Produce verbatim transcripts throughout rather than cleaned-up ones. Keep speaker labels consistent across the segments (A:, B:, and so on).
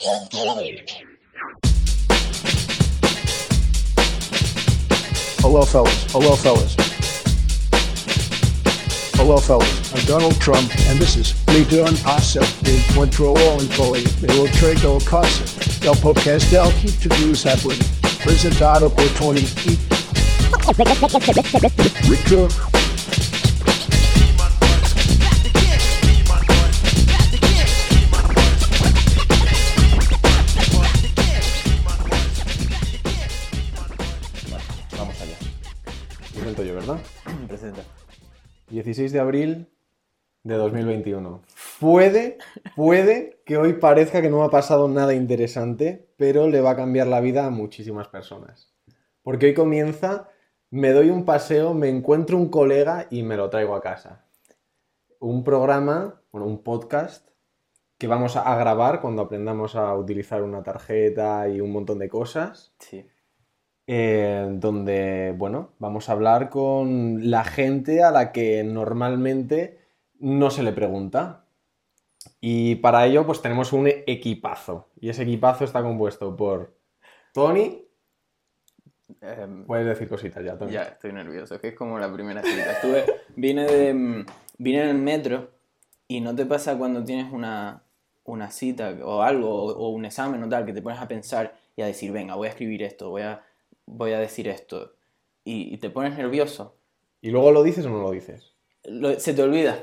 A: Hello, fellas. Hello, fellas. Hello, fellas. I'm Donald Trump, and this is Mito and Passa, de Encuentro Empoli, Melo Trego Casa, del podcast del Quinto News Happening, presentado por Tony y Victor.
B: Vamos allá. Presento yo, ¿verdad?
C: Presenta.
B: dieciséis de abril de dos mil veintiuno. Puede, puede que hoy parezca que no ha pasado nada interesante, pero le va a cambiar la vida a muchísimas personas. Porque hoy comienza, me doy un paseo, me encuentro un colega y me lo traigo a casa. Un programa, bueno, un podcast que vamos a grabar cuando aprendamos a utilizar una tarjeta y un montón de cosas.
C: Sí.
B: Eh, donde, bueno, vamos a hablar con la gente a la que normalmente no se le pregunta. Y para ello, pues tenemos un equipazo. Y ese equipazo está compuesto por Tony.
C: Um,
B: Puedes decir cositas ya, Tony.
C: ya, estoy nervioso. Es que es como la primera cita. Estuve, vine, de, vine en el metro y ¿no te pasa cuando tienes una, una cita o algo, o, o un examen o tal, que te pones a pensar y a decir, venga, voy a escribir esto, voy a... voy a decir esto, y, y te pones nervioso?
B: ¿Y luego lo dices o no lo dices?
C: Lo, se te olvida.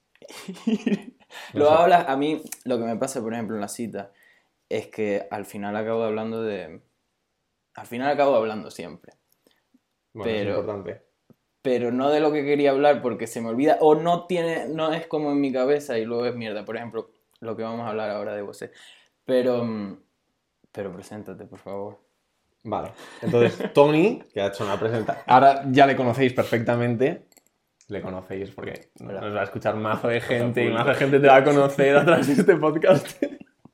C: Lo
B: No sé.
C: hablas, a mí, lo que me pasa, por ejemplo, en la cita, es que al final acabo hablando de... Al final acabo hablando siempre.
B: Bueno,
C: Pero-
B: es importante.
C: Pero no de lo que quería hablar porque se me olvida, o no tiene, no es como en mi cabeza y luego es mierda. Por ejemplo, lo que vamos a hablar ahora de vos. Pero, mm, pero preséntate, por favor.
B: Vale. Entonces, Tony, que ha hecho una presentación. Ahora ya le conocéis perfectamente. Le conocéis porque nos
C: Hola.
B: va a escuchar mazo de gente y mazo de gente te va a conocer a través de este podcast.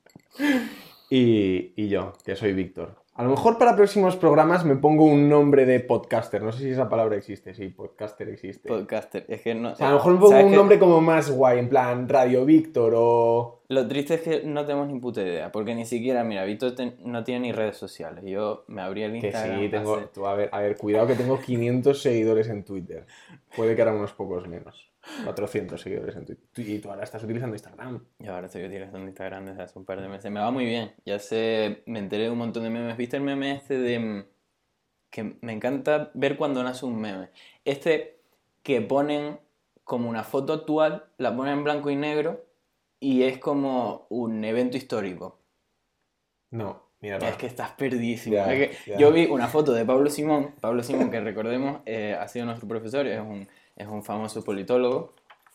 B: y, y yo, que soy Víctor. A lo mejor para próximos programas me pongo un nombre de podcaster. No sé si esa palabra existe. Sí, podcaster existe.
C: Podcaster, es que no...
B: O sea, a lo mejor me pongo
C: ¿sabes
B: un
C: qué?
B: nombre como más guay, en plan Radio Víctor o...
C: Lo triste es que no tenemos ni puta idea, porque ni siquiera, mira, Víctor te- no tiene ni redes sociales. Yo me abrí el
B: Que
C: Instagram.
B: sí, tengo...
C: hace-
B: tú, a ver, a ver, cuidado que tengo quinientos seguidores en Twitter. Puede que ahora unos pocos menos. cuatrocientos seguidores en Twitter. Y tú ahora estás utilizando Instagram.
C: Yo ahora estoy utilizando Instagram desde hace un par de meses. Me va muy bien. Ya sé, me enteré de un montón de memes. ¿Viste el meme este de... mm, que me encanta ver cuando nace un meme? Este que ponen como una foto actual, la ponen en blanco y negro y es como un evento histórico.
B: No, mira.
C: Es que estás perdidísimo.
B: Ya,
C: Es que
B: ya.
C: yo vi una foto de Pablo Simón. Pablo Simón, que recordemos, eh, ha sido nuestro profesor, es un, es un famoso politólogo.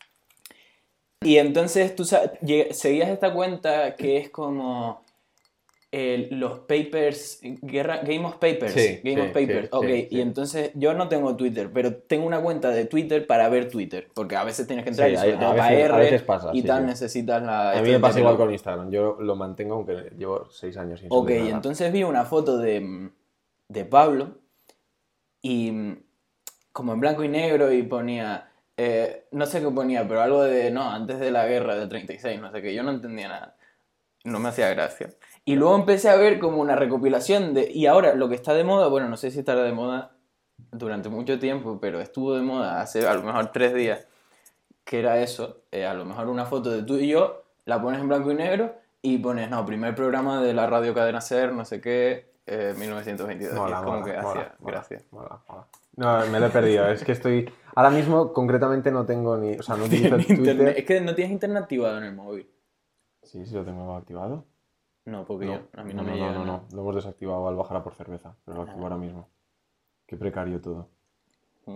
C: Y entonces tú sa- lleg- seguías esta cuenta que es como eh, los papers, guerra, Game of Papers.
B: Sí,
C: Game
B: sí,
C: of Papers,
B: sí,
C: ok.
B: sí, sí.
C: Y entonces yo no tengo Twitter, pero tengo una cuenta de Twitter para ver Twitter. Porque a veces tienes que entrar
B: Sí,
C: y sobre
B: a-
C: todo
B: a
C: para
B: veces- a
C: R
B: veces pasa,
C: y
B: sí,
C: tal
B: sí.
C: necesitas la...
B: A mí
C: esto
B: me
C: de
B: pasa igual
C: tenerlo.
B: con Instagram. Yo lo mantengo aunque llevo seis años sin
C: Ok,
B: subir nada.
C: entonces vi una foto de, de Pablo y mm, como en blanco y negro y ponía, eh, no sé qué ponía, pero algo de, no, antes de la guerra del treinta y seis, no sé qué, yo no entendía nada, no me hacía gracia. Y luego empecé a ver como una recopilación de, y ahora lo que está de moda, bueno, no sé si estará de moda durante mucho tiempo, pero estuvo de moda hace a lo mejor tres días, que era eso, eh, a lo mejor una foto de tú y yo, la pones en blanco y negro y pones, no, primer programa de la radio Cadena Ser, no sé qué, eh, mil novecientos veintidós.
B: Mola,
C: y es como
B: mola,
C: que
B: mola,
C: hacía
B: mola,
C: gracia.
B: mola, mola. No, me lo he perdido. Es que estoy... Ahora mismo, concretamente, no tengo ni... O sea, no utilizo
C: Tienes
B: Twitter.
C: internet- Es que no tienes internet activado en el móvil.
B: Sí, sí lo tengo activado.
C: No, porque
B: No,
C: yo, a mí no,
B: no,
C: me
B: no,
C: llega
B: no,
C: nada.
B: no. Lo hemos desactivado al bajar a por cerveza. Pero lo activo
C: Ah.
B: ahora mismo. Qué precario todo.
C: Mm.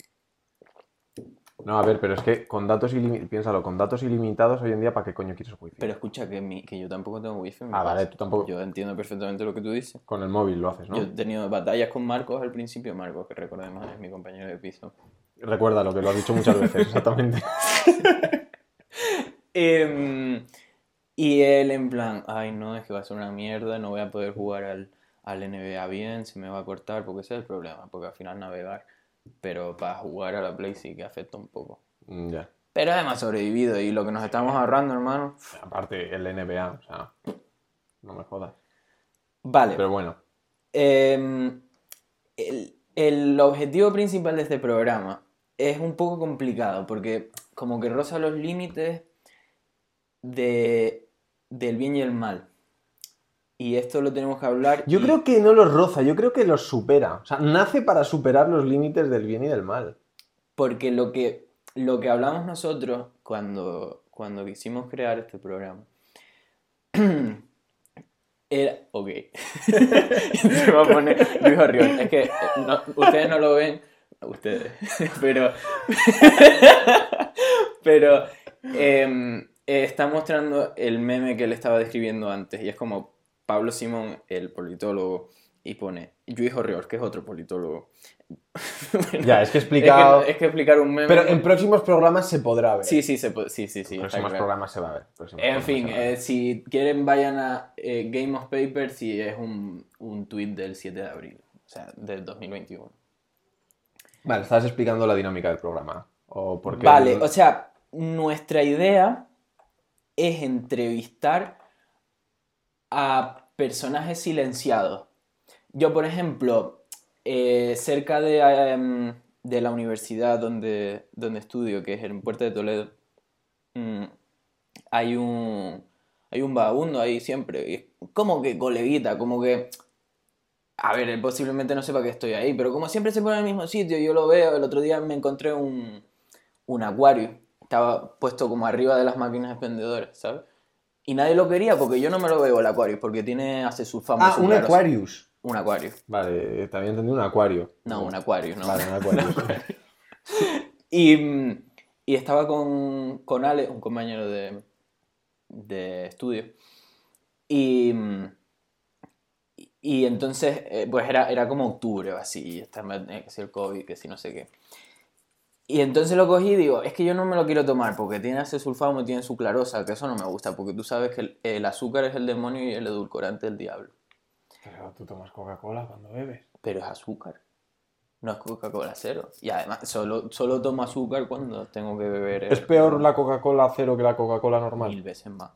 B: No, a ver, pero es que con datos ilimitados... Piénsalo, con datos ilimitados hoy en día, ¿para qué coño quieres wifi?
C: Pero escucha que, mi, que yo tampoco tengo wifi en mi
B: Ah, vale,
C: casa.
B: tú tampoco...
C: Yo entiendo perfectamente lo que tú dices.
B: Con el móvil lo haces, ¿no?
C: Yo he tenido batallas con Marcos al principio. Marcos, que recordemos, es mi compañero de piso.
B: Recuerda lo que lo has dicho muchas veces, exactamente.
C: Em, y él en plan, ay no, es que va a ser una mierda, no voy a poder jugar al, al N B A bien, se me va a cortar, porque ese es el problema, porque al final navegar, pero para jugar a la Play sí que afecta un poco.
B: Mm, Ya.
C: Pero además sobrevivido y lo que nos estamos ahorrando, hermano.
B: Aparte, el N B A, o sea... No me jodas.
C: Vale.
B: Pero bueno.
C: Eh, el, el objetivo principal de este programa es un poco complicado porque como que roza los límites de, del bien y el mal. Y esto lo tenemos que hablar.
B: Yo
C: y...
B: creo que no los roza, yo creo que los supera. O sea, nace para superar los límites del bien y del mal.
C: Porque lo que, lo que hablamos nosotros cuando, cuando quisimos crear este programa era... Ok. Se va a poner Luis Arriol. Es que eh, no, ustedes no lo ven. Ustedes. Pero... pero... Eh, está mostrando el meme que él estaba describiendo antes. Y es como Pablo Simón, el politólogo, y pone Luis Arriol, que es otro politólogo. Bueno,
B: Ya, es que he explicado...
C: Es que, es que explicar un meme...
B: Pero en próximos programas se podrá ver.
C: Sí, sí, se puede, sí, sí, sí.
B: En
C: está
B: próximos
C: claro.
B: programas se va a ver. Próximos
C: En
B: programas
C: fin,
B: se va a ver.
C: eh, si quieren vayan a eh, Game of Papers y es un, un tweet del siete de abril, o sea, del dos mil veintiuno.
B: Vale, estabas explicando la dinámica del programa. O por qué
C: Vale,
B: el-
C: o sea, nuestra idea es entrevistar a personajes silenciados. Yo, por ejemplo, eh, cerca de, em, de la universidad donde, donde estudio, que es en Puerta de Toledo, mm, hay un, hay un vagabundo ahí siempre. Y es como que coleguita, como que... A ver, él posiblemente no sepa que estoy ahí, pero como siempre se pone en el mismo sitio, yo lo veo. El otro día me encontré un, un acuario. Estaba puesto como arriba de las máquinas expendedoras, ¿sabes? Y nadie lo quería porque yo no me lo veo el acuario, porque tiene acesulfamo.
B: Ah, un Aquarius.
C: Un acuario.
B: Vale, te había entendido un acuario.
C: No, un acuario, ¿no?
B: Vale, un acuario.
C: Y, mm, y estaba con, con Ale, un compañero de, de estudio. Y, mm, y entonces, eh, pues era, era como octubre o así, y estaba, eh, que si el COVID, que si no sé qué. Y entonces lo cogí y digo, es que yo no me lo quiero tomar porque tiene acesulfamo y tiene suclarosa, que eso no me gusta, porque tú sabes que el, el azúcar es el demonio y el edulcorante el diablo.
B: Pero tú tomas Coca-Cola cuando bebes.
C: Pero es azúcar, no es Coca-Cola cero. Y además, solo, solo tomo azúcar cuando tengo que beber...
B: ¿Es peor la Coca-Cola cero que la Coca-Cola normal?
C: Mil veces más.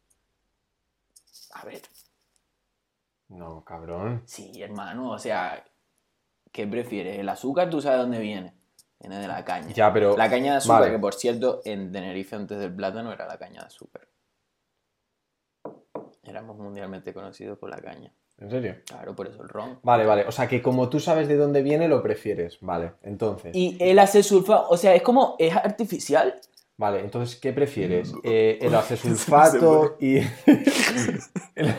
C: A ver,
B: No, cabrón.
C: sí, hermano, o sea, ¿qué prefieres? El azúcar, tú sabes dónde viene. Viene de la caña.
B: Ya, pero...
C: La caña de azúcar,
B: Vale.
C: que por cierto, en Tenerife antes del plátano era la caña de azúcar. Éramos mundialmente conocidos por la caña.
B: ¿En serio?
C: Claro, por eso el ron.
B: Vale, vale. O sea, que como tú sabes de dónde viene, lo prefieres. Vale, entonces...
C: Y el acesulfato, o sea, es como, es artificial.
B: Vale, entonces, ¿qué prefieres? Eh, ¿El acesulfato y... el...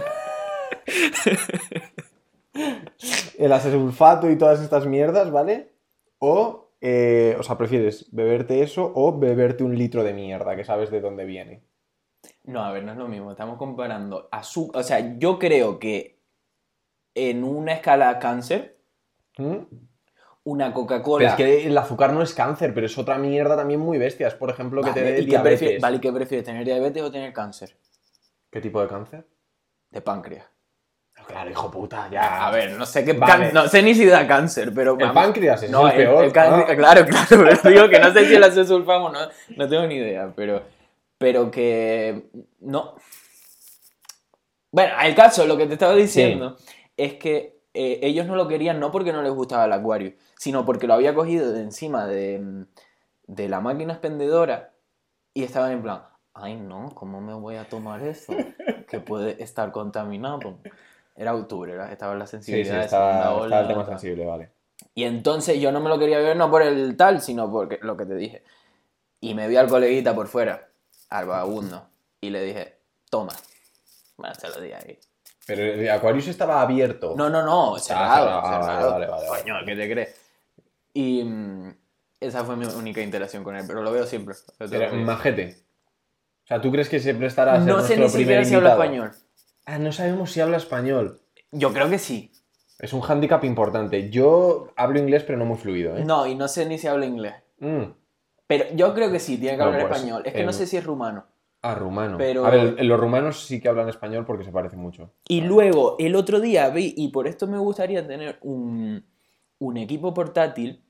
B: el acesulfato y todas estas mierdas, ¿vale? O, eh, o sea, ¿prefieres beberte eso o beberte un litro de mierda que sabes de dónde viene?
C: No, a ver, no es lo mismo. Estamos comparando azúcar. O sea, yo creo que en una escala cáncer,
B: ¿Mm?
C: una
B: Pero
C: Coca-Cola.
B: es que el azúcar no es cáncer, pero es otra mierda también muy bestia. Es, por ejemplo, que te
C: Vale,
B: dé
C: ¿y qué
B: diabetes.
C: prefieres? Vale, ¿y qué prefieres? ¿Tener diabetes o tener cáncer?
B: ¿Qué tipo de cáncer?
C: De páncreas.
B: Claro, hijo puta, ya.
C: A ver, no sé qué
B: Vale.
C: can- no sé ni si da cáncer, pero
B: El
C: vamos.
B: páncreas, ese
C: No,
B: es el peor.
C: el cáncer-
B: Ah.
C: claro, claro, pero digo que no sé si el acesulfamo, no, no tengo ni idea, pero, pero que no. Bueno, el caso, lo que te estaba diciendo es que eh, ellos no lo querían no porque no les gustaba el acuario, sino porque lo había cogido de encima de, de la máquina expendedora y estaban en plan, ay no, ¿cómo me voy a tomar eso? Que puede estar contaminado. Era octubre, ¿verdad? Estaba la
B: Sí,
C: sensibilidad
B: sí,
C: de
B: estaba,
C: segunda ola.
B: estaba el tema
C: tal.
B: sensible, vale.
C: Y entonces yo no me lo quería beber no por el tal, sino porque lo que te dije. Y me vi al coleguita por fuera, al vagabundo, y le dije, toma. Bueno, se lo di ahí.
B: Pero el Aquarius estaba abierto.
C: No, no, no, cerrado.
B: cerrado. Ah,
C: cerrado.
B: vale, vale, vale.
C: Coño, ¿qué te crees? Y mm, esa fue mi única interacción con él, pero lo veo siempre. Lo tengo
B: Era
C: que-
B: majete. O sea, ¿tú crees que se prestará a ser
C: No sé
B: nuestro
C: ni
B: primer
C: siquiera si habla
B: invitado?
C: español.
B: Ah, no sabemos si habla español.
C: Yo creo que sí.
B: Es un hándicap importante. Yo hablo inglés, pero no muy fluido, ¿eh?
C: No, y no sé ni si habla inglés.
B: Mm.
C: Pero yo creo que sí, tiene que
B: No,
C: hablar
B: pues,
C: español. Es que
B: em,
C: no sé si es rumano.
B: Ah, rumano.
C: Pero-
B: A ver, los rumanos sí que hablan español porque se parecen mucho.
C: Y luego, el otro día vi, y por esto me gustaría tener un, un equipo portátil,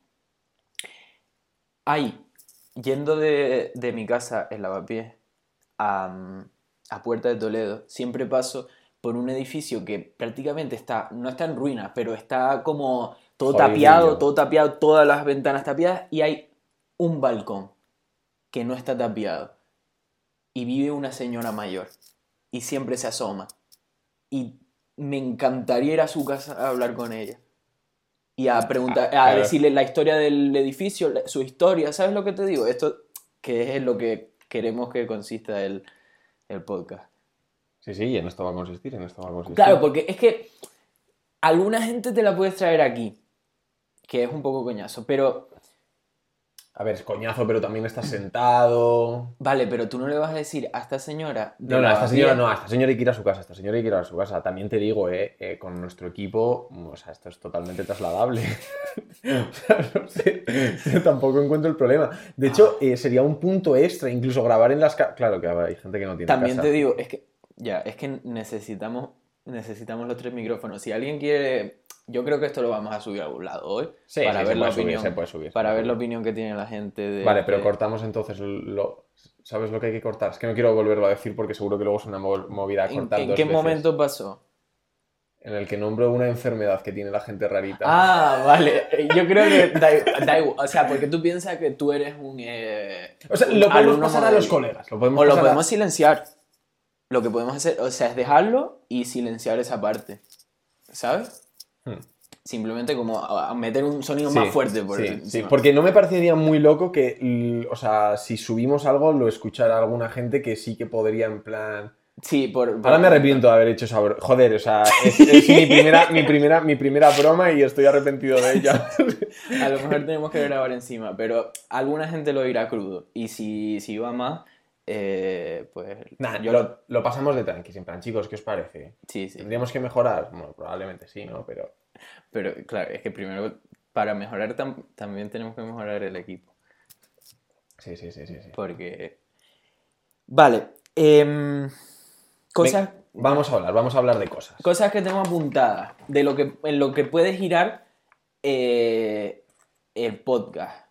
C: ahí, yendo de, de mi casa en Lavapiés a, a Puerta de Toledo, siempre paso por un edificio que prácticamente está, no está en ruinas, pero está como todo
B: Jodidillo.
C: tapiado, todo tapiado, todas las ventanas tapiadas, y hay un balcón que no está tapiado. Y vive una señora mayor. Y siempre se asoma. Y me encantaría ir a su casa a hablar con ella. Y a preguntar,
B: Ah,
C: a
B: claro.
C: decirle la historia del edificio, la- su historia. ¿Sabes lo que te digo? Esto que es lo que queremos que consista el, el podcast.
B: Sí, sí, y en esto va a consistir, en esto va a consistir.
C: Claro, porque es que alguna gente te la puedes traer aquí, que es un poco coñazo, pero
B: A ver, es coñazo, pero también estás sentado.
C: vale, pero tú no le vas a decir a esta señora de
B: No, no, a esta
C: Lavapiés-
B: señora no, a esta señora hay que ir a su casa, a esta señora hay que ir a su casa. También te digo, eh, eh, con nuestro equipo, o sea, esto es totalmente trasladable. O sea, no sé, yo tampoco encuentro el problema. De hecho, eh, sería un punto extra, incluso grabar en las casas. Claro que hay gente que no tiene
C: También
B: casa.
C: te digo, es que ya, es que necesitamos necesitamos los tres micrófonos. Si alguien quiere, yo creo que esto lo vamos a subir a algún lado hoy
B: Sí,
C: para
B: sí,
C: ver
B: se
C: la
B: puede subir,
C: opinión,
B: se puede subir, se
C: para
B: puede
C: ver la
B: subir.
C: opinión que tiene la gente de
B: Vale, pero
C: de-
B: cortamos entonces lo... ¿Sabes lo que hay que cortar? Es que no quiero volverlo a decir porque seguro que luego es una mo- movida a
C: ¿En,
B: cortar
C: en
B: dos
C: qué
B: veces.
C: momento pasó?
B: En el que nombro una enfermedad que tiene la gente rarita.
C: Ah, vale. Yo creo que da, da igual. O sea, porque tú piensas que tú eres un. Eh,
B: O sea,
C: un
B: lo podemos
C: alumno
B: pasar a
C: modelo.
B: los colegas. Lo podemos
C: O lo
B: pasar a-
C: podemos silenciar. Lo que podemos hacer, o sea, es dejarlo y silenciar esa parte. ¿Sabes?
B: Hmm.
C: Simplemente como a, a meter un sonido
B: Sí,
C: más fuerte por
B: sí,
C: encima.
B: sí, porque no me parecería muy loco que, l- o sea, si subimos algo lo escuchara alguna gente que sí que podría en plan...
C: Sí, por, por-
B: Ahora me arrepiento de haber hecho esa broma. Joder, o sea, es, es mi, primera, mi, primera, mi primera broma y estoy arrepentido de ella.
C: A lo mejor tenemos que grabar encima, pero alguna gente lo dirá crudo. Y si, si va más, eh, pues.
B: Nah,
C: yo
B: lo, lo pasamos de tranqui, en plan, chicos, ¿qué os parece?
C: Sí, sí.
B: ¿Tendríamos que mejorar? Bueno, probablemente sí, ¿no? Pero...
C: Pero claro, es que primero, para mejorar tam- también tenemos que mejorar el equipo.
B: Sí, sí, sí, sí. sí.
C: Porque. Vale. em, cosas,
B: Ven, vamos a hablar, vamos a hablar de cosas.
C: cosas que tengo apuntadas. De lo que, en lo que puede girar eh, el podcast.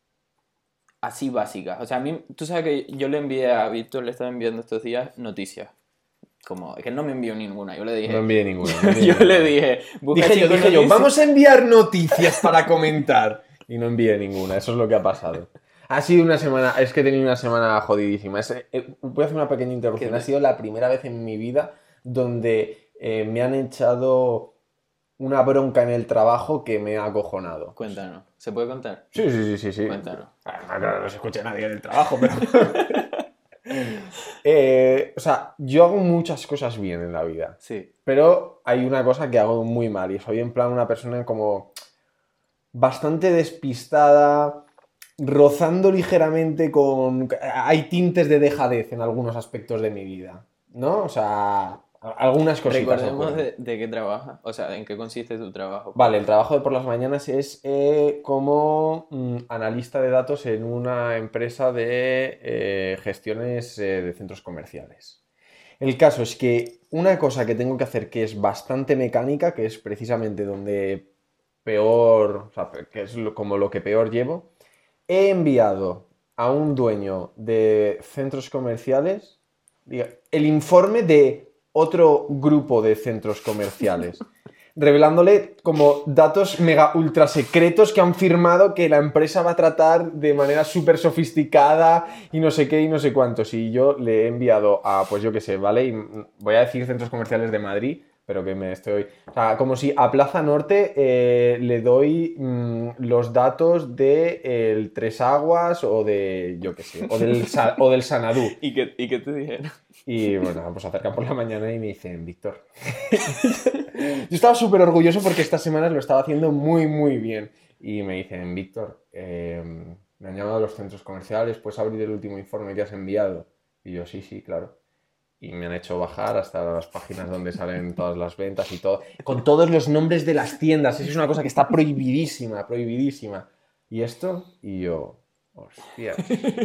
C: Así básicas. O sea, a mí, tú sabes que yo le envié a Víctor, le estaba enviando estos días noticias. Como, es que no me envió ninguna. Yo le dije.
B: No envié ninguna. no envié
C: yo
B: ninguna.
C: le dije. busca
B: Dije yo,
C: cinco
B: dije yo,
C: noticias.
B: vamos a enviar noticias para comentar. Y no envié ninguna, eso es lo que ha pasado. Ha sido una semana, es que he tenido una semana jodidísima. Es- eh, voy a hacer una pequeña interrupción.
C: ¿Qué?
B: Ha sido la primera vez en mi vida donde eh, me han echado una bronca en el trabajo que me ha acojonado.
C: Cuéntanos. ¿Se puede contar?
B: Sí, sí, sí, sí. sí.
C: Cuéntanos.
B: Ah, no, no se escucha nadie en el trabajo, pero... Eh, o sea, yo hago muchas cosas bien en la vida.
C: Sí.
B: Pero hay una cosa que hago muy mal y soy en plan una persona como bastante despistada, rozando ligeramente con... Hay tintes de dejadez en algunos aspectos de mi vida, ¿no? O sea, a- algunas cositas
C: Recordemos
B: ocurren.
C: de, de qué trabajas. O sea, en qué consiste tu trabajo.
B: Vale, el trabajo de por las mañanas es eh, como mm, analista de datos en una empresa de eh, gestiones eh, de centros comerciales. El caso es que una cosa que tengo que hacer que es bastante mecánica, que es precisamente donde peor, o sea, que es lo- como lo que peor llevo, he enviado a un dueño de centros comerciales diga, el informe de otro grupo de centros comerciales, revelándole como datos mega ultra secretos que han firmado que la empresa va a tratar de manera súper sofisticada y no sé qué y no sé cuántos. Y yo le he enviado a, pues yo qué sé, ¿vale? Y mm, voy a decir centros comerciales de Madrid, pero que me estoy... O sea, como si a Plaza Norte eh, le doy mm, los datos de el Tres Aguas o de, yo qué sé, o del, Sa- o del Sanadú.
C: ¿Y qué, ¿Y qué te dijeron?
B: Y bueno, pues acercan por la mañana y me dicen, Víctor. Yo estaba súper orgulloso porque estas semanas lo estaba haciendo muy, muy bien. Y me dicen, Víctor, eh, me han llamado a los centros comerciales, ¿puedes abrir el último informe que has enviado? Y yo, sí, sí, claro. Y me han hecho bajar hasta las páginas donde salen todas las ventas y todo. Con todos los nombres de las tiendas. Eso es una cosa que está prohibidísima, prohibidísima. ¿Y esto? Y yo, hostias.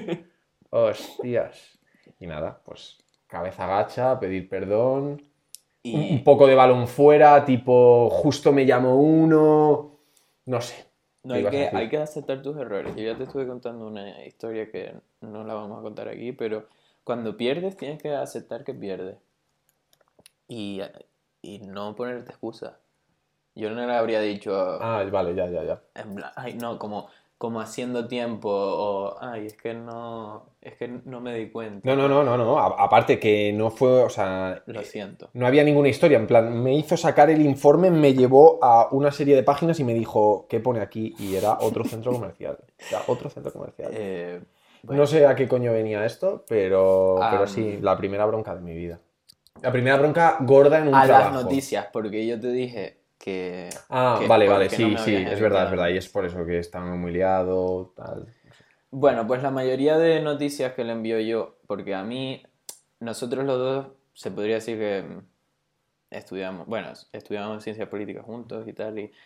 B: Hostias. Y nada, pues cabeza gacha, pedir perdón.
C: Y...
B: Un, un poco de balón fuera, tipo, justo me llamo uno. No sé.
C: No,
B: ¿Qué
C: hay
B: ibas a
C: que,
B: decir?
C: hay que aceptar tus errores. Yo ya te estuve contando una historia que no la vamos a contar aquí, pero cuando pierdes tienes que aceptar que pierdes. y, y no ponerte excusas. Yo no le habría dicho,
B: Ah, vale, ya, ya, ya.
C: en plan, ay, no, como, como haciendo tiempo, o, ay, es que no, es que no me di cuenta.
B: No, no, no, no, no. A- aparte que no fue, o sea,
C: Lo siento.
B: no había ninguna historia. En plan, me hizo sacar el informe, me llevó a una serie de páginas y me dijo, ¿qué pone aquí? Y era otro centro comercial. Era otro centro comercial.
C: Eh, bueno,
B: No sé a qué coño venía esto, pero,
C: Ah,
B: pero sí, la primera bronca de mi vida. La primera bronca gorda en un
C: a
B: trabajo.
C: las noticias, porque yo te dije que...
B: Ah,
C: que
B: vale,
C: por
B: vale,
C: qué
B: sí,
C: no me
B: sí,
C: habías
B: es verdad, es
C: enviado
B: verdad. Y
C: las
B: es por eso que estaba muy liado, tal.
C: Bueno, pues la mayoría de noticias que le envío yo, porque a mí, nosotros los dos, se podría decir que mm, estudiamos, bueno, estudiamos ciencias políticas juntos y tal, y,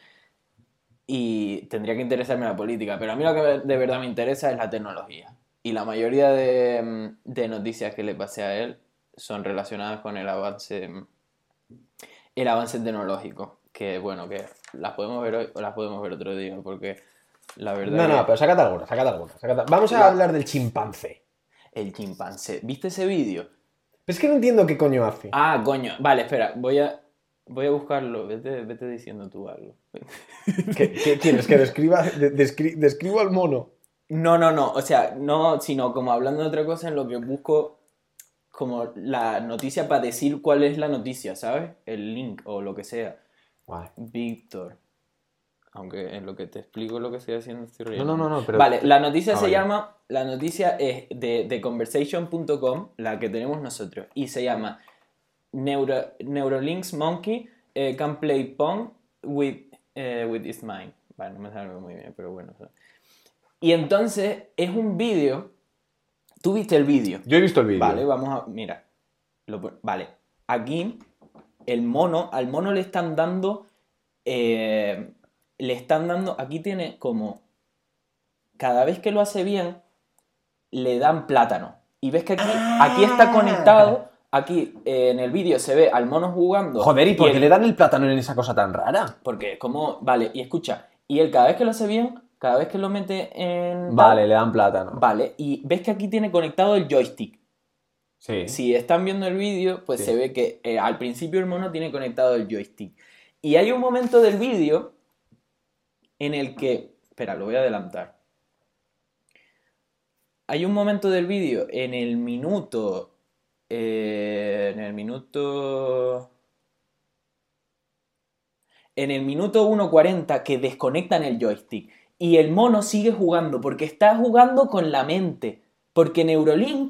C: y tendría que interesarme la política, pero a mí lo que de verdad me interesa es la tecnología. Y la mayoría de, mm, de noticias que le pasé a él son relacionadas con el avance, mm, el avance tecnológico, que bueno, que las podemos ver hoy o las podemos ver otro día, porque la verdad
B: No,
C: que
B: no, pero sácate alguna, sácate alguna. sácate- Vamos a
C: La-
B: hablar del chimpancé.
C: el chimpancé, ¿viste ese vídeo?
B: Pero es que no entiendo qué coño hace.
C: Ah, coño. Vale, espera. Voy a, voy a buscarlo. Vete, vete diciendo tú algo.
B: ¿Qué, qué quieres? ¿Que describa, de- descri- describo al mono?
C: No, no, no. O sea, no, sino como hablando de otra cosa en lo que busco como la noticia para decir cuál es la noticia, ¿sabes? El link o lo que sea.
B: Vale.
C: Víctor. Aunque en lo que te explico lo que estoy haciendo estoy
B: No,
C: riendo.
B: no, no, no, pero...
C: Vale, la noticia
B: Ah,
C: se
B: vale.
C: llama... La noticia es de, de conversation punto com, la que tenemos nosotros. Y se llama Neuro, Neuralinks Monkey eh, can play Pong with, eh, with its mind. Vale, no me sale muy bien, pero bueno. O sea. Y entonces es un vídeo... ¿Tú viste el vídeo?
B: Yo he visto el vídeo.
C: Vale, vamos a... Mira. Lo pon- vale. Aquí, el mono... Al mono le están dando... eh, le están dando... Aquí tiene como... Cada vez que lo hace bien, le dan plátano. Y ves que aquí, aquí está conectado... Aquí eh, en el vídeo se ve al mono jugando...
B: Joder, ¿y por qué
C: el-
B: le dan el plátano en esa cosa tan rara?
C: Porque es como... Vale, y escucha. Y él cada vez que lo hace bien, cada vez que lo mete en... tal,
B: Vale, le dan plátano.
C: Vale, y ves que aquí tiene conectado el joystick.
B: Sí.
C: Si están viendo el vídeo, pues
B: Sí.
C: se ve que eh, al principio el mono tiene conectado el joystick. Y hay un momento del vídeo en el que... Espera, lo voy a adelantar. Hay un momento del vídeo en el minuto... eh, en el minuto... En el minuto uno cuarenta que desconectan el joystick. Y el mono sigue jugando porque está jugando con la mente. Porque Neurolink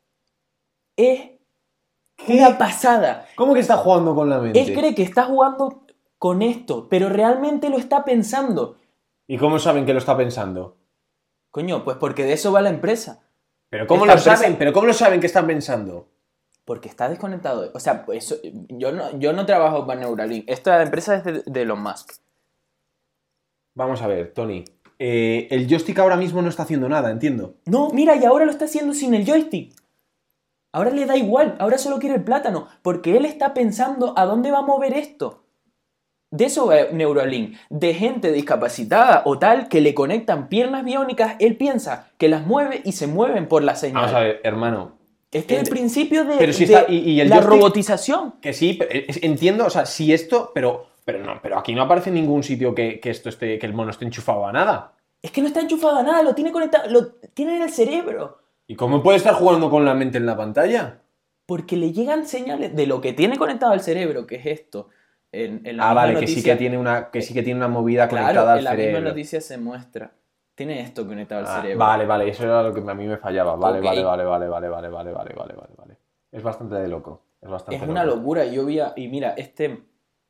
C: es una pasada.
B: ¿Cómo que está jugando con la mente?
C: Él cree que está jugando con esto, pero realmente lo está pensando.
B: ¿Y cómo saben que lo está pensando?
C: Coño, pues porque de eso va la empresa.
B: ¿Pero cómo
C: Esta
B: lo
C: empresa-
B: saben? ¿Pero cómo lo saben que están pensando?
C: Porque está desconectado. O sea, pues eso- yo, no, yo no trabajo para Neuralink. Esta empresa es de, de Elon Musk.
B: Vamos a ver, Tony. Eh, el joystick ahora mismo no está haciendo nada, entiendo.
C: No, mira, y ahora lo está haciendo sin el joystick. Ahora le da igual, ahora solo quiere el plátano, porque él está pensando a dónde va a mover esto. De eso va Neuralink, de gente discapacitada o tal que le conectan piernas biónicas, él piensa que las mueve y se mueven por la señal.
B: Vamos a ver, hermano.
C: Este es el
B: Ent-
C: principio de,
B: Pero si
C: de
B: está- y- y el
C: la
B: joystick-
C: robotización.
B: Que sí, pero, eh, entiendo, o sea, si esto, pero, pero no, pero aquí no aparece en ningún sitio que, que esto esté, que el mono esté enchufado a nada.
C: Es que no está enchufado a nada, lo tiene conectado, lo tiene en el cerebro.
B: ¿Y cómo puede estar jugando con la mente en la pantalla?
C: Porque le llegan señales de lo que tiene conectado al cerebro, que es esto. En, en la
B: Ah,
C: misma
B: vale, que sí
C: noticia-
B: que tiene una, que sí que tiene una movida
C: Claro,
B: conectada al
C: en la misma
B: cerebro.
C: noticia se muestra. Tiene esto conectado al
B: Ah,
C: cerebro.
B: vale, vale, eso era lo que a mí me fallaba. Vale,
C: Ok.
B: vale, vale, vale, vale, vale, vale, vale, vale, vale, vale. Es bastante de loco. Es bastante
C: Es una
B: loco.
C: locura. Yo vi a- y mira, este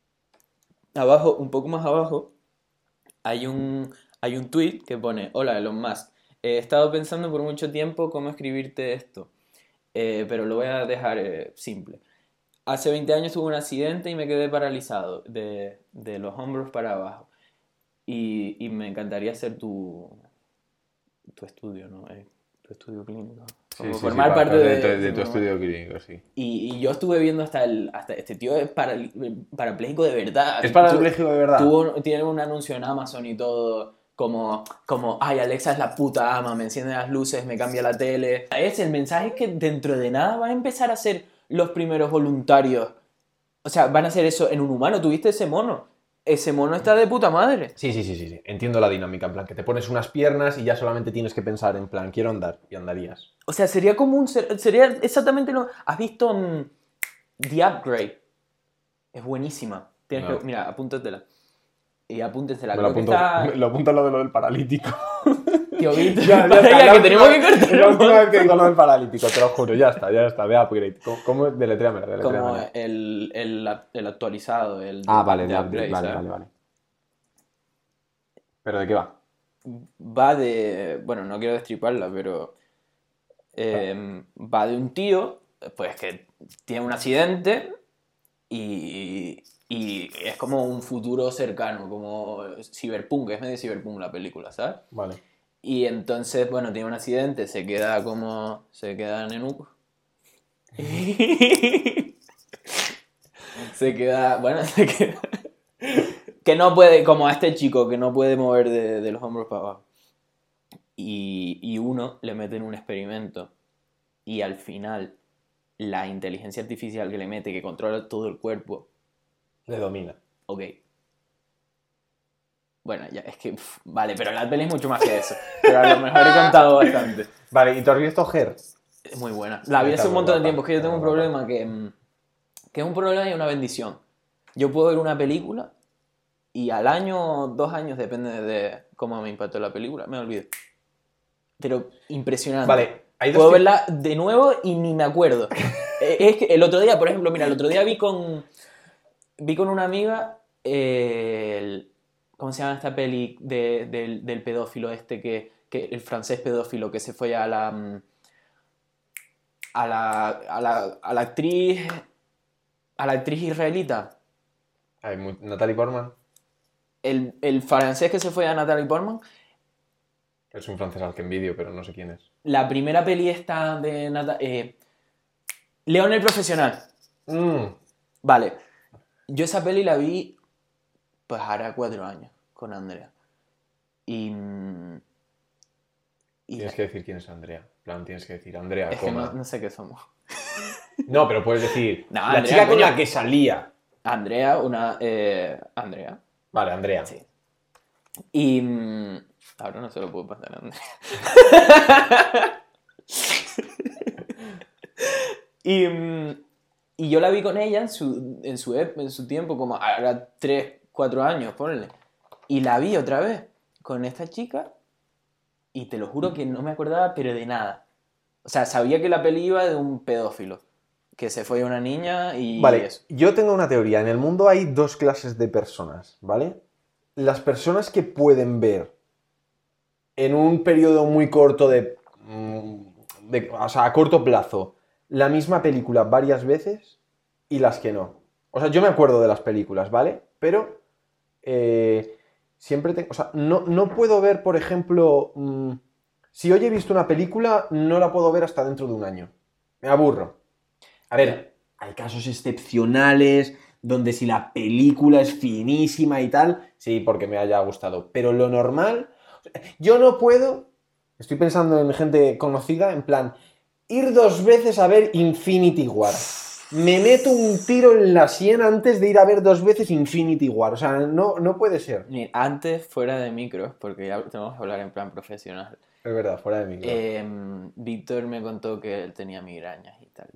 C: abajo, un poco más abajo, hay un hay un tweet que pone: Hola, Elon Musk. He estado pensando por mucho tiempo cómo escribirte esto, eh, pero lo voy a dejar eh, simple. Hace veinte años tuve un accidente y me quedé paralizado de, de los hombros para abajo. Y, y me encantaría hacer tu, tu estudio, ¿no? Eh, tu estudio clínico.
B: Sí,
C: Como
B: sí, sí,
C: formar
B: para-
C: parte
B: de,
C: de,
B: de- de tu
C: formar-
B: estudio clínico, sí.
C: Y, y yo estuve viendo hasta el. Hasta este tío es para, parapléjico de verdad.
B: ¿Es para el
C: Tu-
B: colegio de verdad?
C: tuvo- tiene un anuncio en Amazon y todo. Como, como, ay, Alexa es la puta ama, me enciende las luces, me cambia la tele. Es el mensaje que dentro de nada van a empezar a ser los primeros voluntarios O sea, van a hacer eso en un humano. ¿Tuviste ese mono? Ese mono está de puta madre.
B: Sí, sí, sí, sí, sí. Entiendo la dinámica, en plan, que te pones unas piernas y ya solamente tienes que pensar en plan, quiero andar, y andarías.
C: O sea, sería como un... ser- Sería exactamente lo... ¿Has visto mm, The Upgrade? Es buenísima. Tienes
B: No.
C: que... Mira, apúntatela. Y apúntesela.
B: Me lo
C: Creo que
B: apunto,
C: está...
B: me lo apunto lo de lo del paralítico.
C: Tío, Víctor,
B: Ya, ya
C: vaya,
B: está,
C: que
B: la
C: tenemos que
B: última-
C: cortar.
B: La última vez que digo lo del paralítico, te lo juro, ya está, ya está, de upgrade. ¿Cómo, cómo deletréamela,
C: Como
B: deletréamela?
C: el, el, el actualizado, el
B: Ah,
C: de-
B: vale,
C: de
B: de upgrade,
C: upgrade,
B: vale,
C: ¿sabes?
B: vale, vale. ¿Pero de qué va?
C: Va de... Bueno, no quiero destriparla, pero... eh, va de un tío, pues que tiene un accidente y, y es como un futuro cercano, como Cyberpunk, es medio Cyberpunk la película, ¿sabes?
B: Vale.
C: Y entonces, bueno, tiene un accidente, se queda como... Se queda nenuco. Se queda... Bueno, se queda... Que no puede, como a este chico, que no puede mover de, de los hombros para abajo. Y, y uno le mete en un experimento. Y al final, la inteligencia artificial que le mete, que controla todo el cuerpo,
B: Le domina.
C: ok. Bueno, ya, es que... pff, vale, pero la peli es mucho más que eso. Pero a lo mejor he contado bastante.
B: Vale, ¿y tú has visto Her?
C: Es muy buena. La vi
B: Está
C: hace un
B: muy
C: montón de
B: guapa,
C: tiempo. Es que yo tengo un
B: está muy
C: problema que... mm, que es un problema y una bendición. Yo puedo ver una película y al año, dos años, depende de cómo me impactó la película, me olvido. Pero impresionante.
B: Vale, hay dos
C: Puedo
B: tip-
C: verla de nuevo y ni me acuerdo. Eh, es que el otro día, por ejemplo, mira, el otro día vi con vi con una amiga eh, el, ¿cómo se llama esta peli de- del, del pedófilo este que, que el francés pedófilo que se fue a la mm, a la a la, a la actriz a la actriz israelita?
B: Hay muy- Natalie Portman.
C: El, el francés que se fue a Natalie Portman.
B: Es un francés al que envidio, pero no sé quién es.
C: La primera peli esta de Nata- eh, León el Profesional.
B: Mm.
C: Vale. Yo esa peli la vi, pues hará cuatro años, con Andrea. Y... mm, y
B: Tienes que decir quién es Andrea. En plan, tienes que decir Andrea,
C: es que
B: coma.
C: no, no sé qué somos.
B: No, pero puedes decir
C: No,
B: la
C: Andrea,
B: chica con
C: coño.
B: la que salía.
C: Andrea, una... eh, Andrea.
B: Vale, Andrea.
C: Sí. Y... mm, ahora no se lo puedo pasar a Andrea. y... mm, y yo la vi con ella en su, en su, ep- en su tiempo, como ahora tres, cuatro años, ponle. Y la vi otra vez con esta chica y te lo juro que no me acordaba, pero de nada. O sea, sabía que la peli iba de un pedófilo, que se fue a una niña y
B: Vale,
C: eso.
B: yo tengo una teoría. En el mundo hay dos clases de personas, ¿vale? Las personas que pueden ver en un periodo muy corto de, mm, de- o sea, a corto plazo, la misma película varias veces y las que no. O sea, yo me acuerdo de las películas, ¿vale? Pero eh, siempre tengo... O sea, no, no puedo ver, por ejemplo... mm, si hoy he visto una película, no la puedo ver hasta dentro de un año. Me aburro. A ver, hay casos excepcionales donde si la película es finísima y tal, sí, porque me haya gustado. Pero lo normal... Yo no puedo... Estoy pensando en gente conocida, en plan... Ir dos veces a ver Infinity War. Me meto un tiro en la sien antes de ir a ver dos veces Infinity War. O sea, no, no puede ser.
C: Mira, antes, fuera de micros, porque ya tenemos que hablar en plan profesional,
B: Es verdad, fuera de mí.
C: eh, Víctor me contó que él tenía migrañas y tal.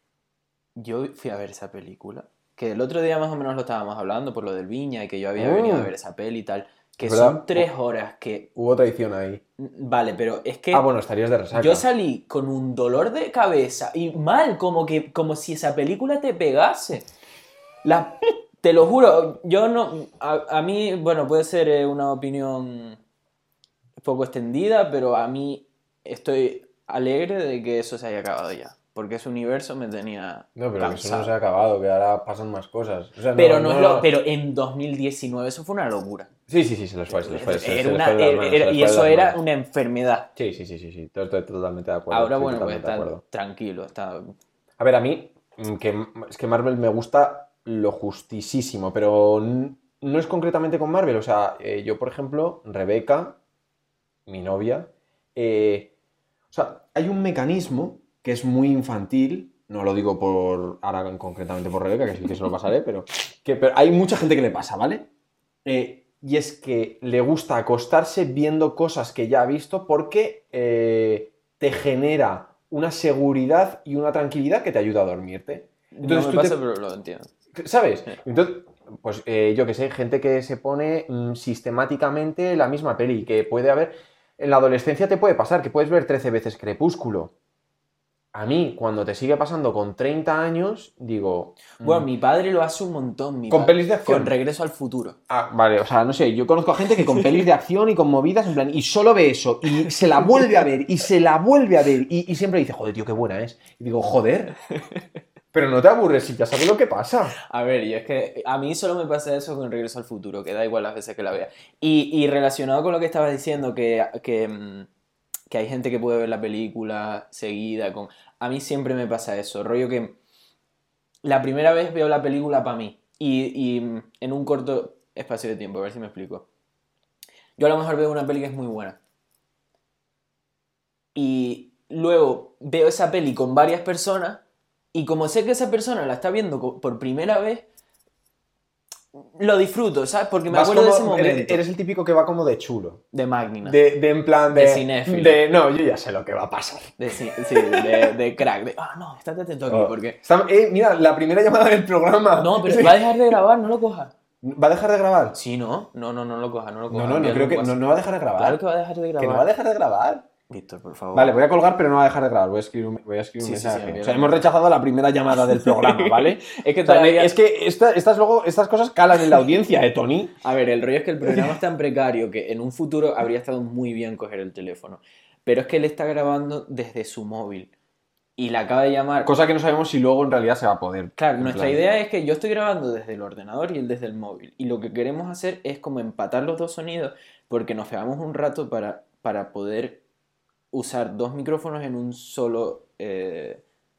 C: Yo fui a ver esa película, que el otro día más o menos lo estábamos hablando por lo del Viña y que yo había
B: Oh.
C: venido a ver esa peli y tal, que
B: Es verdad.
C: son tres horas que...
B: Hubo traición ahí.
C: Vale, pero es que
B: Ah, bueno, estarías de resaca.
C: yo salí con un dolor de cabeza y mal, como que como si esa película te pegase. La, te lo juro, yo no... A, a mí, bueno, puede ser eh, una opinión poco extendida, pero a mí estoy alegre de que eso se haya acabado ya. Porque ese universo me tenía
B: No, pero que eso
C: cansado.
B: no se ha acabado, que ahora pasan más cosas. O sea,
C: Pero, no es lo- pero en dos mil diecinueve eso fue una locura.
B: Sí, sí, sí, se les fue, se les fue. se- se
C: Era
B: les
C: una-
B: fue de las
C: era-
B: manos, se
C: era-
B: les
C: y
B: fue de
C: eso
B: las
C: era
B: manos.
C: una enfermedad.
B: Sí, sí, sí, sí, sí, estoy totalmente de acuerdo.
C: Ahora,
B: estoy
C: bueno, pues
B: totalmente de
C: está
B: acuerdo.
C: tranquilo, está...
B: A ver, a mí, mm, que, es que Marvel me gusta lo justísimo, pero n- no es concretamente con Marvel. O sea, eh, yo, por ejemplo, Rebeca, mi novia, eh, o sea, hay un mecanismo que es muy infantil, no lo digo por ahora concretamente por Rebeca, que sí que se lo pasaré, pero, que, pero hay mucha gente que le pasa, ¿vale? Eh, y es que le gusta acostarse viendo cosas que ya ha visto porque eh, te genera una seguridad y una tranquilidad que te ayuda a dormirte.
C: Entonces, no me
B: tú
C: pasa,
B: te...
C: pero lo entiendo.
B: ¿Sabes?
C: Sí.
B: Entonces, pues eh, yo que sé, gente que se pone mmm, sistemáticamente la misma peli, que puede haber... En la adolescencia te puede pasar que puedes ver trece veces Crepúsculo. A mí, cuando te sigue pasando con treinta años, digo...
C: Bueno,
B: mm,
C: mi padre lo hace un montón. Mi
B: ¿Con
C: padre,
B: pelis de acción?
C: Con Regreso al Futuro.
B: Ah, vale, o sea, no sé, yo conozco a gente que con pelis de acción y con movidas, en plan, y solo ve eso, y se la vuelve a ver, y se la vuelve a ver, y, y siempre dice, joder, tío, qué buena es. Y digo, joder, pero no te aburres si ya sabes lo que pasa.
C: A ver, y es que a mí solo me pasa eso con Regreso al Futuro, que da igual las veces que la vea. Y, y relacionado con lo que estabas diciendo, que, que, mm, que hay gente que puede ver la película seguida con... A mí siempre me pasa eso, rollo que la primera vez veo la película para mí y, y mm, en un corto espacio de tiempo, a ver si me explico. Yo a lo mejor veo una peli que es muy buena y luego veo esa peli con varias personas y como sé que esa persona la está viendo co- por primera vez, lo disfruto, ¿sabes? Porque me
B: Vas
C: acuerdo de
B: como-
C: ese momento.
B: eres, eres el típico que va como de chulo.
C: De Magna.
B: De, de en plan de...
C: De cinéfilo.
B: de, no, yo ya sé lo que va a pasar.
C: De, sí, sí, de, de crack. De, ah, no, estate atento aquí
B: Oh.
C: porque...
B: Está- eh, mira, la primera llamada del programa.
C: No, pero va a dejar de grabar, no lo cojas.
B: ¿Va a dejar de grabar?
C: Sí, no, no, no, no lo cojas, no lo
B: No,
C: cojas.
B: no, no
C: envíalo
B: creo
C: un
B: que... No,
C: WhatsApp.
B: no va a dejar de grabar.
C: Claro que va a dejar de grabar.
B: Que no va a dejar de grabar.
C: Víctor, por favor.
B: Vale, voy a colgar, pero no va a dejar de grabar. Voy a escribir un, voy a escribir un
C: Sí, sí,
B: mensaje.
C: sí,
B: o
C: envíalo.
B: sea, hemos rechazado la primera llamada del programa, ¿vale?
C: Es que
B: O sea,
C: todavía...
B: es que esta- estas, luego, estas cosas calan en la audiencia, ¿eh, Tony?
C: A ver, el rollo es que el programa es tan precario que en un futuro habría estado muy bien coger el teléfono. Pero es que él está grabando desde su móvil. Y le acaba de llamar...
B: Cosa que no sabemos si luego en realidad se va a poder.
C: Claro,
B: En
C: nuestra
B: plan-
C: idea es que yo estoy grabando desde el ordenador y él desde el móvil. Y lo que queremos hacer es como empatar los dos sonidos porque nos pegamos un rato para, para poder usar dos micrófonos en un solo eh,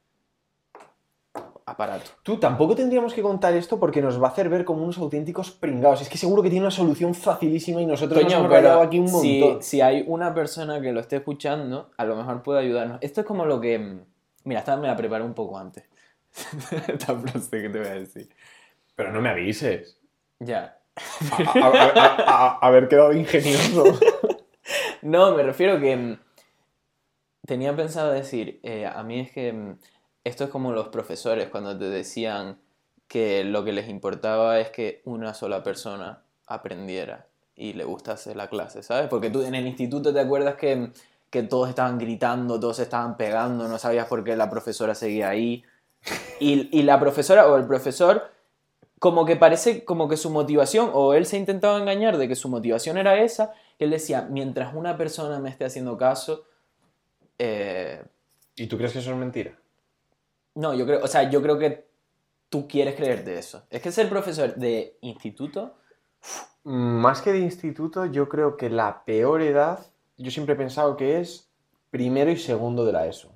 C: aparato.
B: Tú, tampoco tendríamos que contar esto porque nos va a hacer ver como unos auténticos pringados. Es que seguro que tiene una solución facilísima y nosotros nos
C: Coño,
B: hemos
C: pero
B: rayado aquí un
C: si,
B: montón.
C: si hay una persona que lo esté escuchando, a lo mejor puede ayudarnos. Esto es como lo que... mm, Mira, esta me la preparé un poco antes. Esta frase que te voy a decir.
B: Pero no me avises.
C: Ya.
B: A, a- a- a- a haber quedado ingenioso.
C: No, me refiero que mm, tenía pensado decir, eh, a mí es que mm, esto es como los profesores cuando te decían que lo que les importaba es que una sola persona aprendiera y le gustase la clase, ¿sabes? Porque tú en el instituto te acuerdas que, mm, que todos estaban gritando, todos se estaban pegando, no sabías por qué la profesora seguía ahí. Y, y la profesora o el profesor como que parece como que su motivación, o él se intentaba engañar de que su motivación era esa, que él decía, mientras una persona me esté haciendo caso, eh,
B: ¿Y tú crees que eso es mentira?
C: no, yo creo, o sea, yo creo que tú quieres creerte eso. Es que ser profesor de instituto,
B: Más que de instituto, yo creo que la peor edad, yo siempre he pensado que es primero y segundo de la ESO.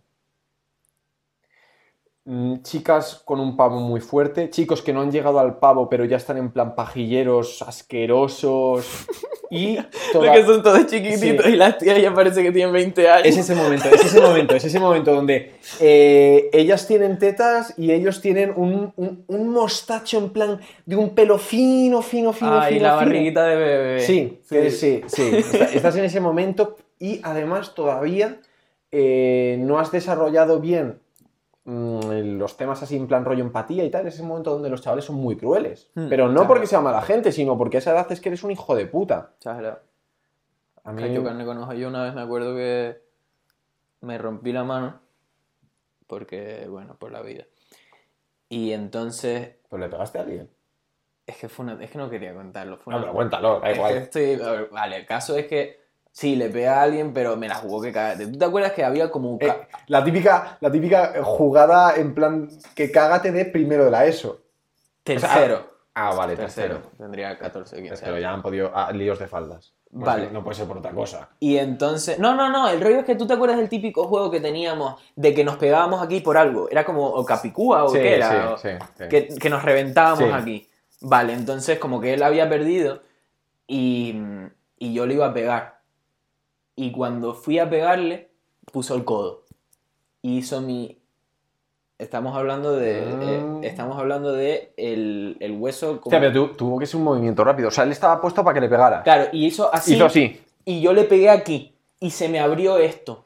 B: Mm, Chicas con un pavo muy fuerte, chicos que no han llegado al pavo pero ya están en plan pajilleros, asquerosos y toda-
C: porque son todos chiquititos
B: Sí.
C: y las tías ya parece que tienen veinte años.
B: Es ese momento, es ese momento, es ese momento donde eh, ellas tienen tetas y ellos tienen un, un- un mostacho en plan de un pelo fino, fino, fino,
C: Ay,
B: fino,
C: la
B: fino.
C: barriguita de bebé.
B: Sí, sí, sí, sí. Está- Estás en ese momento y además todavía eh, no has desarrollado bien mm, los temas así en plan rollo empatía y tal. Es ese momento donde los chavales son muy crueles.
C: Hmm,
B: Pero no
C: claro.
B: porque sea mala gente, sino porque a esa edad es que eres un hijo de puta.
C: Exagerado.
B: A mí...
C: Cacho carne con ojo. Yo una vez me acuerdo que me rompí la mano porque, bueno, por la vida. Y entonces,
B: Pues le pegaste a alguien.
C: es que fue una, es que no quería contarlo. Fue
B: No,
C: una-
B: pero cuéntalo, da
C: es
B: igual.
C: que estoy, a ver, vale, el caso es que sí, le pegué a alguien, pero me la jugó que cagate. ¿Tú te acuerdas que había como un... ca-
B: Eh, la típica, la típica jugada en plan que cágate de primero de la ESO.
C: tercero?
B: Ah, vale,
C: tercero.
B: tercero.
C: Tendría catorce, quince
B: Pero
C: años.
B: ya han podido... ah, líos de faldas. No
C: Vale.
B: sé, no puede ser por otra cosa.
C: Y entonces... No, no, no. El rollo es que tú te acuerdas del típico juego que teníamos de que nos pegábamos aquí por algo. Era como o Capicúa o
B: Sí,
C: qué era.
B: sí,
C: o-
B: sí, sí.
C: Que, que nos reventábamos
B: Sí.
C: aquí. Vale, entonces como que él había perdido y, y yo le iba a pegar. Y cuando fui a pegarle, puso el codo. Y hizo mi... Estamos hablando de.
B: Mm.
C: eh, estamos hablando de el, el hueso. Como...
B: Hostia, pero tu- tuvo que ser un movimiento rápido. O sea, él estaba puesto para que le pegara.
C: Claro, y hizo así.
B: Hizo así.
C: Y yo le pegué aquí. Y se me abrió esto.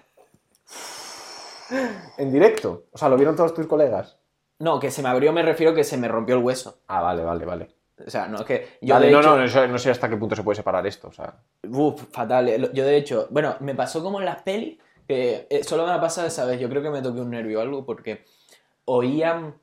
B: En directo. O sea, lo vieron todos tus colegas.
C: No, que se me abrió me refiero que se me rompió el hueso.
B: Ah, vale, vale, vale.
C: O sea, no es que. Yo
B: Vale,
C: de
B: no,
C: hecho,
B: no, no, no sé hasta qué punto se puede separar esto. O sea.
C: Uf, fatal. eh. Yo de hecho, bueno, me pasó como en las pelis, que eh, solo me ha pasado esa vez. Yo creo que me toqué un nervio o algo porque oía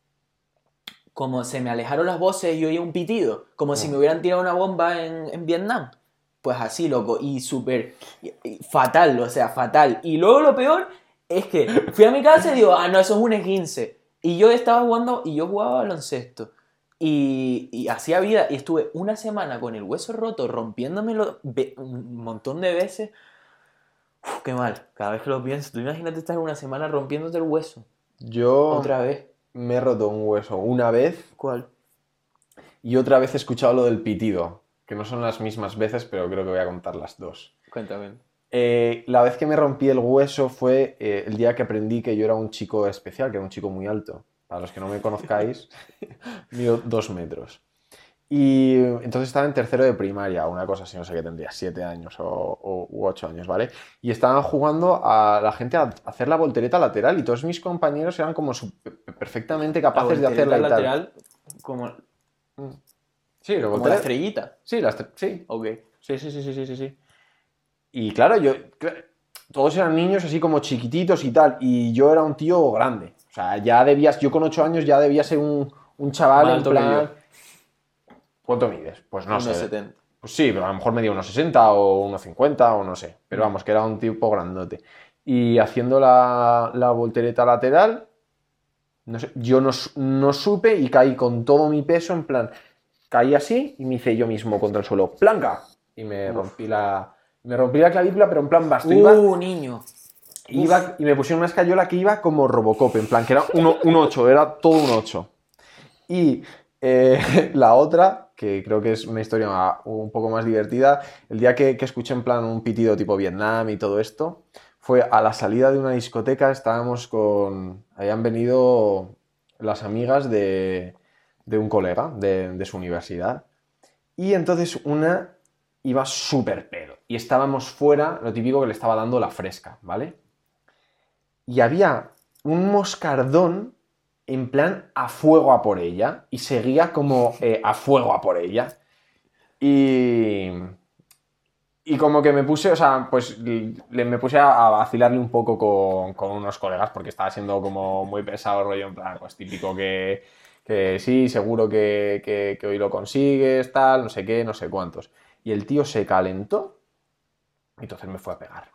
C: como se me alejaron las voces y oía un pitido, como si me hubieran tirado una bomba en, en Vietnam. Pues así, loco, y súper y- y fatal, o sea, fatal. Y luego lo peor es que fui a mi casa y digo, ah, no, eso es un esguince. Y yo estaba jugando, y yo jugaba baloncesto. Y, y hacía vida, y estuve una semana con el hueso roto, rompiéndomelo ve- un montón de veces. Uf, qué mal, cada vez que lo pienso. Tú imagínate estar una semana rompiéndote el hueso.
B: Yo
C: Otra vez.
B: me he roto un hueso una vez
C: ¿Cuál?
B: y otra vez he escuchado lo del pitido. Que no son las mismas veces, pero creo que voy a contar las dos.
C: Cuéntame.
B: Eh, la vez que me rompí el hueso fue eh, el día que aprendí que yo era un chico especial, que era un chico muy alto. Para los que no me conozcáis, mido dos metros. Y entonces estaba en tercero de primaria, una cosa así, no sé qué tendría, siete años o, o u ocho años, ¿vale? Y estaban jugando a la gente a hacer la voltereta lateral y todos mis compañeros eran como su- perfectamente capaces de hacerla y tal.
C: lateral como,
B: Sí, la
C: como la
B: voltereta.
C: estrellita.
B: Sí, la estre- sí,
C: Ok.
B: sí, sí, sí, sí, sí, sí, sí. Y claro, yo, cl- todos eran niños así como chiquititos y tal, y yo era un tío grande. O sea, ya debías, yo con ocho años ya debía ser un, un chaval
C: Más
B: en
C: alto que
B: plan... ¿Cuánto mides? Pues no
C: uno
B: sé.
C: setenta.
B: Pues sí, pero a lo mejor medía unos sesenta o unos cincuenta o no sé. Pero
C: Mm.
B: vamos, que era un tipo grandote. Y haciendo la, la voltereta lateral, no sé, yo no, su- no supe y caí con todo mi peso, en plan, caí así y me hice yo mismo contra el suelo, ¡planca! Y me
C: Uf.
B: rompí la, me rompí la clavícula, pero en plan vasto. Iba,
C: Uh, niño.
B: iba, y me pusieron una escayola que iba como Robocop, en plan, que era uno- un ocho, era todo un ocho. Y eh, la otra, que creo que es una historia un poco más divertida, el día que, que escuché en plan un pitido tipo Vietnam y todo esto, fue a la salida de una discoteca, estábamos con... Habían venido las amigas de, de un colega de, de su universidad. Y entonces una iba súper pedo. Y estábamos fuera, lo típico que le estaba dando la fresca, ¿vale? Y había un moscardón en plan a fuego a por ella. Y seguía como eh, a fuego a por ella. Y... Y como que me puse, o sea, pues le, me puse a, a vacilarle un poco con, con unos colegas porque estaba siendo como muy pesado el rollo, en plan, pues típico que, que sí, seguro que, que, que hoy lo consigues, tal, no sé qué, no sé cuántos. Y el tío se calentó y entonces me fue a pegar.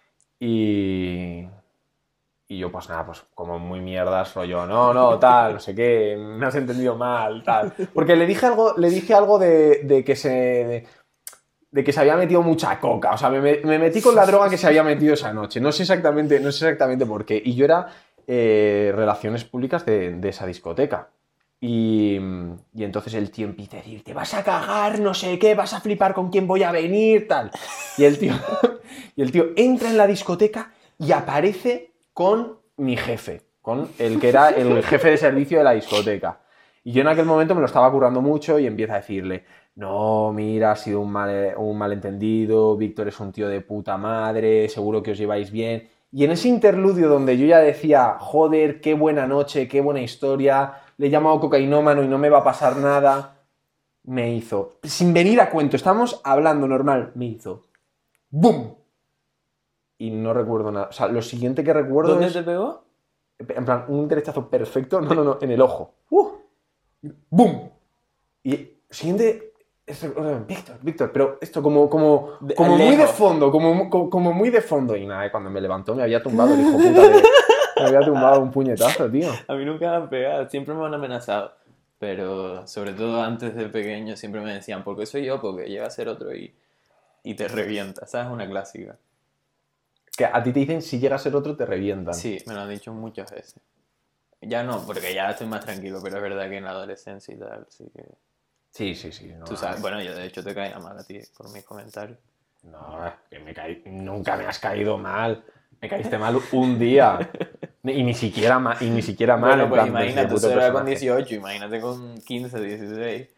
B: Y... Y yo, pues nada, pues como muy mierdas, rollo, no, no, tal, no sé qué, me has entendido mal, tal. Porque le dije algo, le dije algo de, de que se... De, de que se había metido mucha coca, o sea, me, me metí con la droga que se había metido esa noche, no sé exactamente, no sé exactamente por qué, y yo era eh, relaciones públicas de, de esa discoteca, y, y entonces el tío empieza a decir, te vas a cagar, no sé qué, vas a flipar con quién voy a venir, tal, y el tío, y el tío entra en la discoteca y aparece con mi jefe, con el que era el jefe de servicio de la discoteca, y yo en aquel momento me lo estaba currando mucho y empieza a decirle, no, mira, ha sido un, mal, un malentendido, Víctor es un tío de puta madre, seguro que os lleváis bien. Y en ese interludio donde yo ya decía, joder, qué buena noche, qué buena historia, le he llamado cocainómano y no me va a pasar nada, me hizo, sin venir a cuento, estamos hablando normal, me hizo, ¡bum! Y no recuerdo nada. O sea, lo siguiente que recuerdo
C: ¿Dónde
B: es,
C: te pegó?
B: en plan, un derechazo perfecto, no, no, no, en el ojo. ¡Uh! ¡Bum! Y siguiente... Esto, Víctor, Víctor, pero esto como, como,
C: De-
B: como muy de
C: lejos.
B: fondo, como, como, como muy de fondo. Y nada, cuando me levantó me había tumbado el hijo puta de... Me había tumbado un puñetazo, tío.
C: A mí nunca me han pegado, siempre me han amenazado. Pero sobre todo antes de pequeño siempre me decían, ¿por qué soy yo? Porque llega a ser otro y, y te revienta. ¿Sabes? Una clásica.
B: Que a ti te dicen, si llega a ser otro, te revientan.
C: Sí, me lo han dicho muchas veces. Ya no, porque ya estoy más tranquilo, pero es verdad que en la adolescencia y tal, sí que...
B: Sí, sí, sí. No,
C: Tú sabes, bueno, yo de hecho te caía mal a ti por mis comentarios.
B: no, que me caí, nunca me has caído mal. Me caíste mal un día. Y ni siquiera, ma y ni siquiera mal.
C: Bueno,
B: en
C: pues
B: plan,
C: imagínate,
B: puto
C: eso era con
B: personaje.
C: dieciocho, imagínate con quince, dieciséis.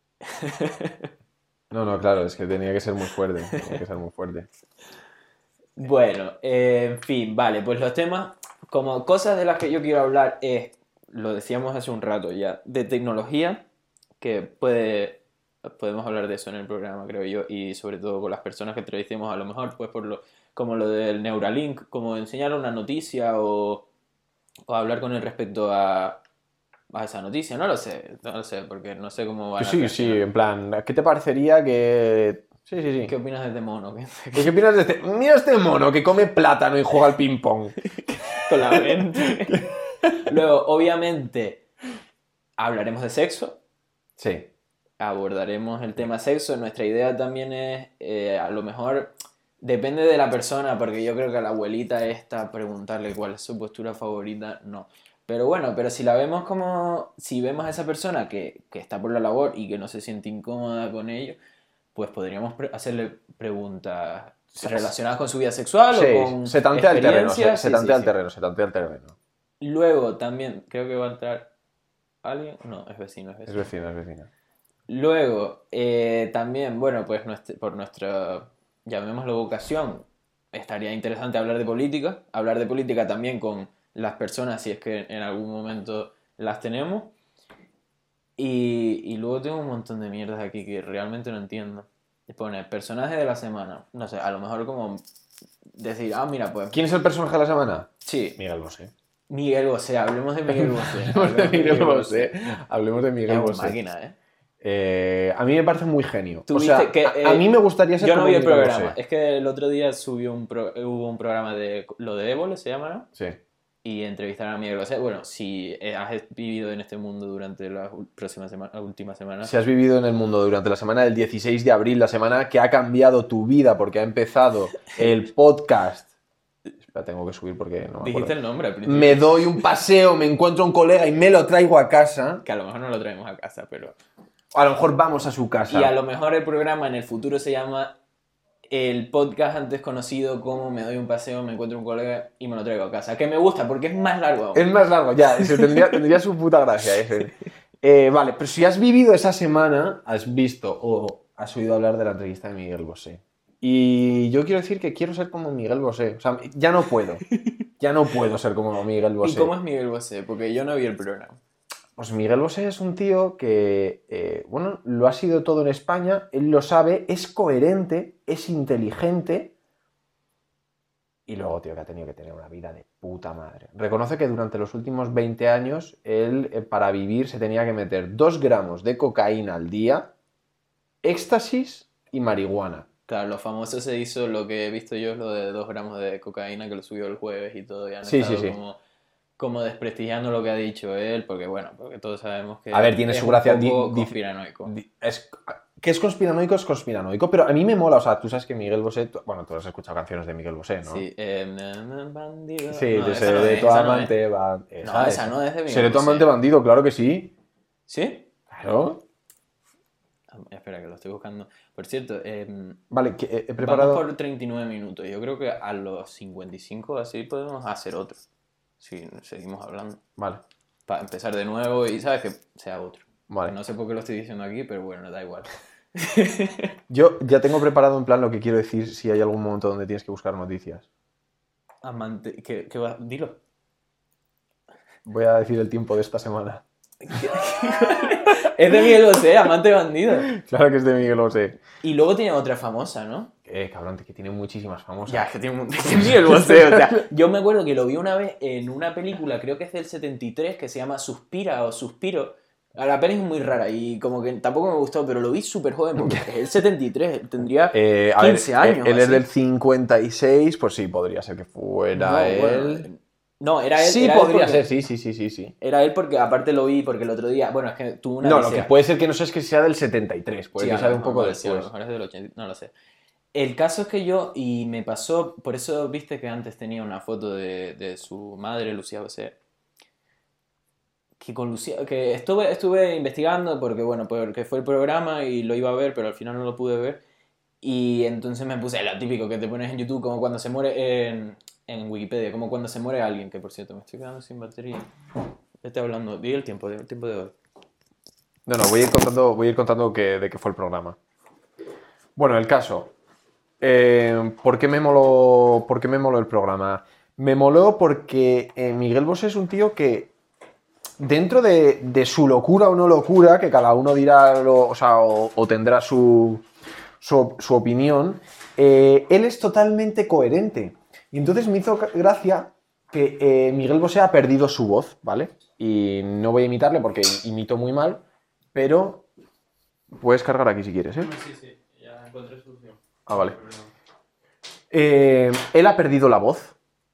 B: No, no, claro, es que tenía que ser muy fuerte. Tenía que ser muy fuerte.
C: Bueno, eh, en fin, vale, pues los temas, como cosas de las que yo quiero hablar es, lo decíamos hace un rato ya, de tecnología, que puede, podemos hablar de eso en el programa, creo yo, y sobre todo con las personas que entrevistemos, a lo mejor, pues por lo, como lo del Neuralink, como enseñar una noticia o, o hablar con él respecto a, a esa noticia, no lo sé, no lo sé, porque no sé cómo van a
B: Sí, sí,
C: reaccionar.
B: en plan, ¿qué te parecería que...? Sí, sí, sí.
C: ¿Qué opinas de este mono?
B: ¿Qué, qué opinas de este? Mira este mono que come plátano y juega al ping-pong.
C: Con la mente. Luego, obviamente, hablaremos de sexo.
B: Sí.
C: Abordaremos el tema sexo. Nuestra idea también es, eh, a lo mejor, depende de la persona, porque yo creo que a la abuelita esta preguntarle cuál es su postura favorita, no. Pero bueno, pero si la vemos como, si vemos a esa persona que, que está por la labor y que no se siente incómoda con ello, pues podríamos pre hacerle preguntas relacionadas con su vida sexual
B: Sí,
C: o con
B: se tantea el terreno, se,
C: experiencias.
B: se
C: Sí,
B: tantea
C: sí,
B: el
C: sí.
B: terreno, se tantea el terreno.
C: Luego también, creo que va a entrar alguien. No, es vecino, es
B: Es
C: vecino.
B: vecina, es vecina.
C: Luego, eh, también, bueno, pues nuestra- por nuestra, llamémoslo vocación, estaría interesante hablar de política. Hablar de política también con las personas, si es que en algún momento las tenemos. Y, y luego tengo un montón de mierdas aquí que realmente no entiendo. Y pone personaje de la semana. No sé, a lo mejor como decir, ah, mira, pues.
B: ¿Quién es el personaje de la semana?
C: Sí,
B: Miguel Bosé.
C: Miguel Bosé, hablemos de Miguel Bosé.
B: Hablemos de
C: hablemos
B: Miguel Bosé. Hablemos de Miguel
C: Es un
B: Bosé.
C: máquina, ¿eh?
B: Eh, a mí me parece muy genio.
C: ¿Tú
B: O sea,
C: viste que,
B: a,
C: eh,
B: a mí me gustaría ser
C: Yo no
B: como
C: vi el
B: Miguel
C: programa.
B: Bosé.
C: Es que el otro día subió un pro- hubo un programa de lo de Évole, se llama, ¿no?
B: Sí.
C: Y entrevistaron a Miguel Bosé. Bueno, si eh, has vivido en este mundo durante las ul- próximas semanas, las últimas semanas.
B: Si has vivido en el mundo durante la semana del dieciséis de abril, la semana que ha cambiado tu vida porque ha empezado el podcast. Espera, tengo que subir porque no me
C: Dijiste
B: acuerdo.
C: el nombre al principio.
B: Me doy un paseo, me encuentro a un colega y me lo traigo a casa.
C: Que a lo mejor no lo traemos a casa, pero...
B: A lo mejor vamos a su casa.
C: Y a lo mejor el programa en el futuro se llama el podcast antes conocido como Me doy un paseo, me encuentro un colega y me lo traigo a casa. Que me gusta porque es más largo aún.
B: Es más largo, ya, eso tendría, tendría su puta gracia ese. Eh, vale, pero si has vivido esa semana, has visto o has oído hablar de la entrevista de Miguel Bosé. Y yo quiero decir que quiero ser como Miguel Bosé. O sea, ya no puedo. Ya no puedo ser como Miguel Bosé.
C: ¿Y cómo es Miguel Bosé? Porque yo no vi el programa.
B: Pues Miguel Bosé es un tío que, eh, bueno, lo ha sido todo en España, él lo sabe, es coherente, es inteligente y luego, tío, que ha tenido que tener una vida de puta madre. Reconoce que durante los últimos veinte años, él, eh, para vivir, se tenía que meter dos gramos de cocaína al día, éxtasis y marihuana.
C: Claro, lo famoso se hizo, lo que he visto yo es lo de dos gramos de cocaína que lo subió el jueves y todo, y han
B: Sí,
C: estado
B: sí, sí.
C: como, como desprestigiando lo que ha dicho él, porque bueno, porque todos sabemos que
B: A ver, tiene
C: es
B: su
C: un
B: gracia,
C: poco
B: di- di-
C: conspiranoico.
B: Di- Es, que es conspiranoico, es conspiranoico, pero a mí me mola, o sea, tú sabes que Miguel Bosé, tú- bueno, tú has escuchado canciones de Miguel Bosé, ¿no?
C: Sí, eh, na, na, bandido.
B: Sí,
C: No,
B: de
C: esa
B: ser
C: no
B: de
C: es,
B: tu
C: esa no
B: amante va-
C: es. No, esa no es de Miguel
B: Seré tu
C: Bosé.
B: amante bandido, claro que sí.
C: ¿Sí?
B: Claro.
C: Ah, espera, que lo estoy buscando. Por cierto, eh,
B: Vale, que he, he preparado.
C: vamos por treinta y nueve minutos. Yo creo que a los cincuenta y cinco así podemos hacer otro. Si seguimos hablando.
B: Vale,
C: Para empezar de nuevo y, ¿sabes? Que sea otro.
B: vale.
C: No sé por qué lo estoy diciendo aquí, pero bueno, da igual.
B: Yo ya tengo preparado en plan lo que quiero decir si hay algún momento donde tienes que buscar noticias.
C: Amante... ¿Qué, qué va? Dilo.
B: Voy a decir el tiempo de esta semana.
C: Es de Miguel Bosé, amante bandido.
B: Claro que es de Miguel Bosé.
C: Y luego tiene otra famosa, ¿no?
B: Eh, cabrón, que tiene muchísimas famosas.
C: Ya, es que tiene un es que Miguel Bosé, o sea, yo me acuerdo que lo vi una vez en una película, creo que es del setenta y tres, que se llama Suspira o Suspiro. La peli es muy rara y como que tampoco me gustó, pero lo vi súper joven porque es el setenta y tres, tendría
B: Eh, a
C: quince
B: ver,
C: años.
B: eh, Él es
C: así.
B: del cincuenta y seis, pues sí, podría ser que fuera
C: No,
B: él.
C: bueno, no, era él.
B: sí,
C: era él
B: podría
C: porque-
B: ser, sí, sí, sí, sí, sí.
C: Era él porque aparte lo vi porque el otro día, bueno, es que tuvo una
B: No, lo
C: visera.
B: que puede ser que no sé es que sea del setenta y tres, puede
C: Sí,
B: que
C: a
B: sea de
C: lo
B: un
C: mejor
B: poco
C: puede ser, a lo
B: después.
C: mejor es del ochenta, no lo sé. El caso es que yo, y me pasó, por eso viste que antes tenía una foto de, de su madre, Lucía Bosé, que con Lucía, que estuve, estuve investigando porque, bueno, porque fue el programa y lo iba a ver, pero al final no lo pude ver, y entonces me puse lo típico que te pones en YouTube, como cuando se muere, en, en Wikipedia, como cuando se muere alguien, que por cierto me estoy quedando sin batería. Estoy hablando, di el tiempo, di el tiempo de hoy.
B: No, no, voy a ir contando, voy a ir contando que, de qué fue el programa. Bueno, el caso. Eh, ¿por qué me moló, por qué me moló el programa? Me moló porque eh, Miguel Bosé es un tío que, dentro de, de su locura o no locura, que cada uno dirá, lo, o, sea, o, o tendrá su, su, su opinión, eh, él es totalmente coherente. Y entonces me hizo gracia que eh, Miguel Bosé ha perdido su voz, ¿vale? Y no voy a imitarle porque imito muy mal, pero puedes cargar aquí si quieres, ¿eh?
C: Sí, sí, ya encontré solución.
B: Ah, vale. Eh, él ha perdido la voz.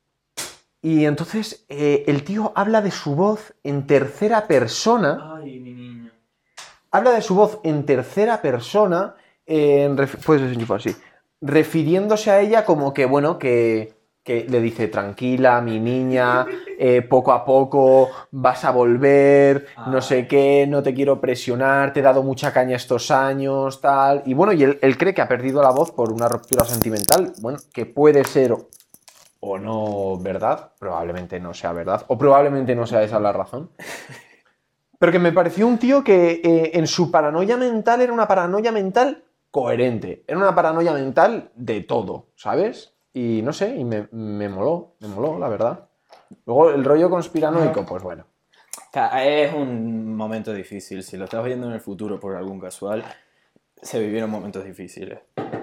B: Y entonces eh, el tío habla de su voz en tercera persona.
C: Ay, mi niño.
B: Habla de su voz en tercera persona. Eh, en ref- puedes desenchufar, sí. Refiriéndose a ella como que, bueno, que, que le dice, tranquila, mi niña, eh, poco a poco vas a volver, no sé qué, no te quiero presionar, te he dado mucha caña estos años, tal. Y bueno, y él, él cree que ha perdido la voz por una ruptura sentimental, bueno, que puede ser o no verdad, probablemente no sea verdad, o probablemente no sea esa la razón. Pero que me pareció un tío que eh, en su paranoia mental era una paranoia mental coherente. Era una paranoia mental de todo, ¿sabes? Y no sé, y me, me moló, me moló, la verdad. Luego el rollo conspiranoico, pues bueno.
C: Es un momento difícil. Si lo estás viendo en el futuro por algún casual, se vivieron momentos difíciles.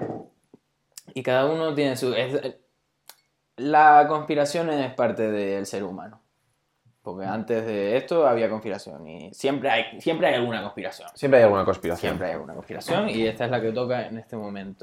C: Y cada uno tiene su... Es... La conspiración es parte del ser humano. Porque antes de esto había conspiración y siempre hay, siempre hay alguna conspiración.
B: Siempre hay alguna conspiración.
C: Siempre hay alguna conspiración y esta es la que toca en este momento.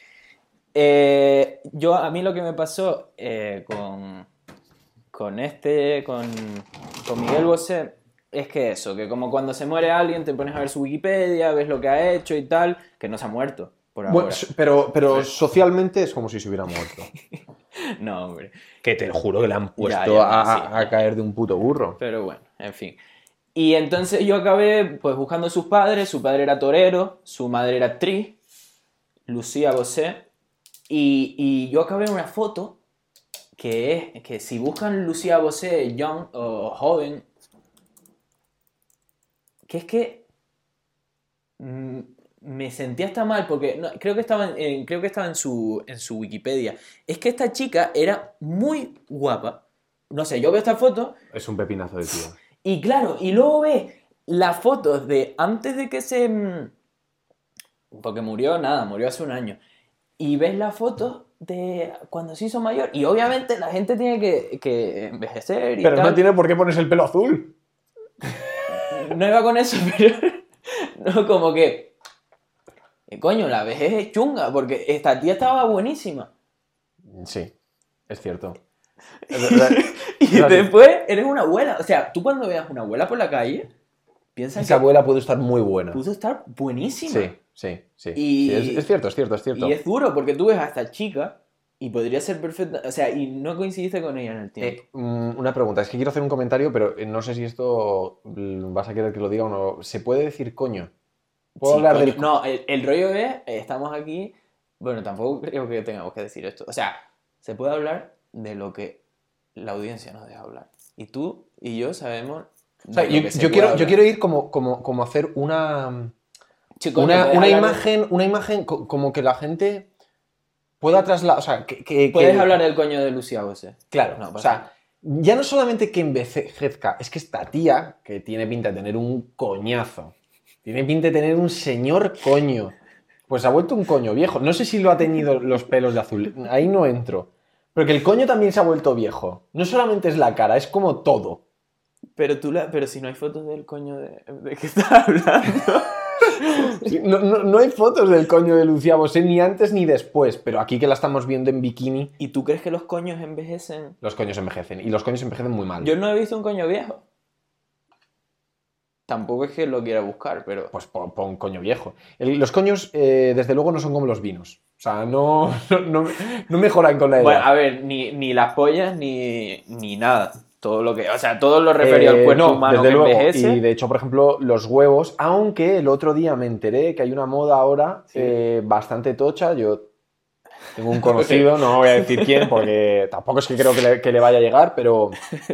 C: Eh, yo, a mí lo que me pasó eh, con, con este, con, con Miguel Bosé, es que eso, que como cuando se muere alguien te pones a ver su Wikipedia, ves lo que ha hecho y tal, que no se ha muerto por ahora.
B: Bueno, pero, pero socialmente es como si se hubiera muerto.
C: No, hombre.
B: Que te juro que le han puesto
C: Ya, ya,
B: a,
C: sí,
B: a
C: ya.
B: caer de un puto burro.
C: Pero bueno, en fin. Y entonces yo acabé pues buscando a sus padres. Su padre era torero, su madre era actriz, Lucía Bosé. Y, y yo acabé en una foto que es que si buscan Lucía Bosé young o joven, que es que mm, me sentí hasta mal porque no, creo que estaba, en, en- creo que estaba en, su, en su Wikipedia. Es que esta chica era muy guapa. No sé, yo veo esta foto
B: Es un pepinazo de tío.
C: y claro, y luego ves las fotos de antes de que se... mm, porque murió, nada, murió hace un año. Y ves las fotos de cuando se hizo mayor. Y obviamente la gente tiene que, que envejecer y
B: Pero
C: tal.
B: no tiene por qué ponerse el pelo azul.
C: No iba con eso, pero... No, como que... eh, Coño, la vejez es chunga, porque esta tía estaba buenísima.
B: Sí, es cierto.
C: Y después eres una abuela. O sea, tú cuando veas una abuela por la calle, piensas
B: Esa
C: que
B: abuela puede estar muy buena.
C: pudo estar buenísima.
B: Sí, sí, sí.
C: Y-
B: Sí, es, es cierto, es cierto, es cierto.
C: Y es duro, porque tú ves a esta chica y podría ser perfecta. O sea, y no coincidiste con ella en el tiempo.
B: Eh, mm, una pregunta, es que quiero hacer un comentario, pero eh, no sé si esto mm, vas a querer que lo diga o no. ¿Se puede decir coño? ¿Puedo
C: Sí,
B: hablar
C: coño.
B: del...
C: No, el, el rollo es, eh, estamos aquí. Bueno, tampoco creo que tengamos que decir esto. O sea, se puede hablar de lo que la audiencia nos deja hablar. Y tú y yo sabemos.
B: O sea,
C: de
B: yo,
C: lo que se
B: yo
C: puede
B: quiero, yo
C: hablar.
B: quiero ir como, como, como hacer una...
C: Sí, coño,
B: Una,
C: puedes
B: una
C: hablar de-
B: imagen, una imagen co- como que la gente pueda trasladar... O sea, que... que-
C: Puedes
B: que-
C: hablar del coño de Lucía Bosé.
B: Claro,
C: No,
B: o
C: pasa
B: sea, ya no solamente que envejezca, es que esta tía, que tiene pinta de tener un coñazo, tiene pinta de tener un señor coño, pues ha vuelto un coño viejo. No sé si lo ha teñido los pelos de azul, ahí no entro. Pero que el coño también se ha vuelto viejo. No solamente es la cara, es como todo.
C: Pero tú la, pero si no hay fotos del coño de, de qué estás hablando.
B: Sí, No, no- no hay fotos del coño de Lucía Bosé ni antes ni después, pero aquí que la estamos viendo en bikini,
C: ¿Y tú crees que los coños envejecen?
B: los coños envejecen. Y los coños envejecen muy mal.
C: Yo no he visto un coño viejo. Tampoco es que lo quiera buscar, pero...
B: Pues pon, pon coño viejo. El- los coños, eh, desde luego, no son como los vinos. O sea, no, no, no- no mejoran con la edad.
C: Bueno, a ver, ni, ni las pollas ni, ni nada. Todo lo que... O sea, todo lo referido al
B: Eh,
C: cuerpo
B: no,
C: humano
B: desde
C: que
B: luego.
C: envejece...
B: Y de hecho, por ejemplo, los huevos, aunque el otro día me enteré que hay una moda ahora
C: Sí.
B: eh, bastante tocha, yo Tengo un conocido, no voy a decir quién, porque tampoco es que creo que le, que le vaya a llegar, pero...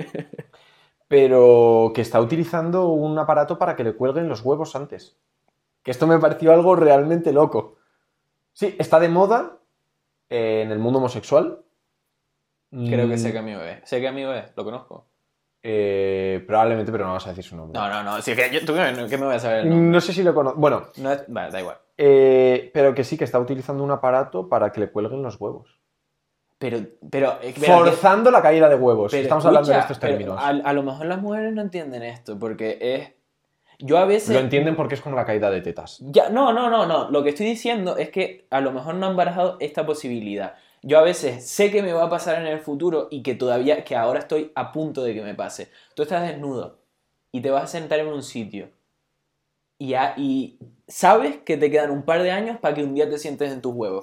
B: Pero que está utilizando un aparato para que le cuelguen los huevos antes. Que esto me pareció algo realmente loco. Sí, está de moda eh, en el mundo homosexual.
C: Creo que
B: Mm,
C: sé qué amigo es. Sé qué amigo es, lo conozco.
B: eh, probablemente, pero no vas a decir su nombre.
C: No, no, no. Si es que yo, ¿tú qué, qué me voy a saber el nombre?
B: No sé si lo conozco. Bueno,
C: No es... Vale, da igual.
B: eh, pero que sí, que está utilizando un aparato para que le cuelguen los huevos.
C: Pero, pero... eh, pero
B: Forzando la caída de huevos.
C: pero
B: Estamos
C: escucha,
B: hablando en estos
C: pero
B: términos.
C: A, a lo mejor las mujeres no entienden esto, porque es... Yo a veces...
B: Lo entienden porque es como la caída de tetas.
C: Ya, no, no, no, no. Lo que estoy diciendo es que a lo mejor no han barajado esta posibilidad. Yo a veces sé que me va a pasar en el futuro y que todavía, que ahora estoy a punto de que me pase. Tú estás desnudo y te vas a sentar en un sitio y, a- y sabes que te quedan un par de años para que un día te sientes en tus huevos.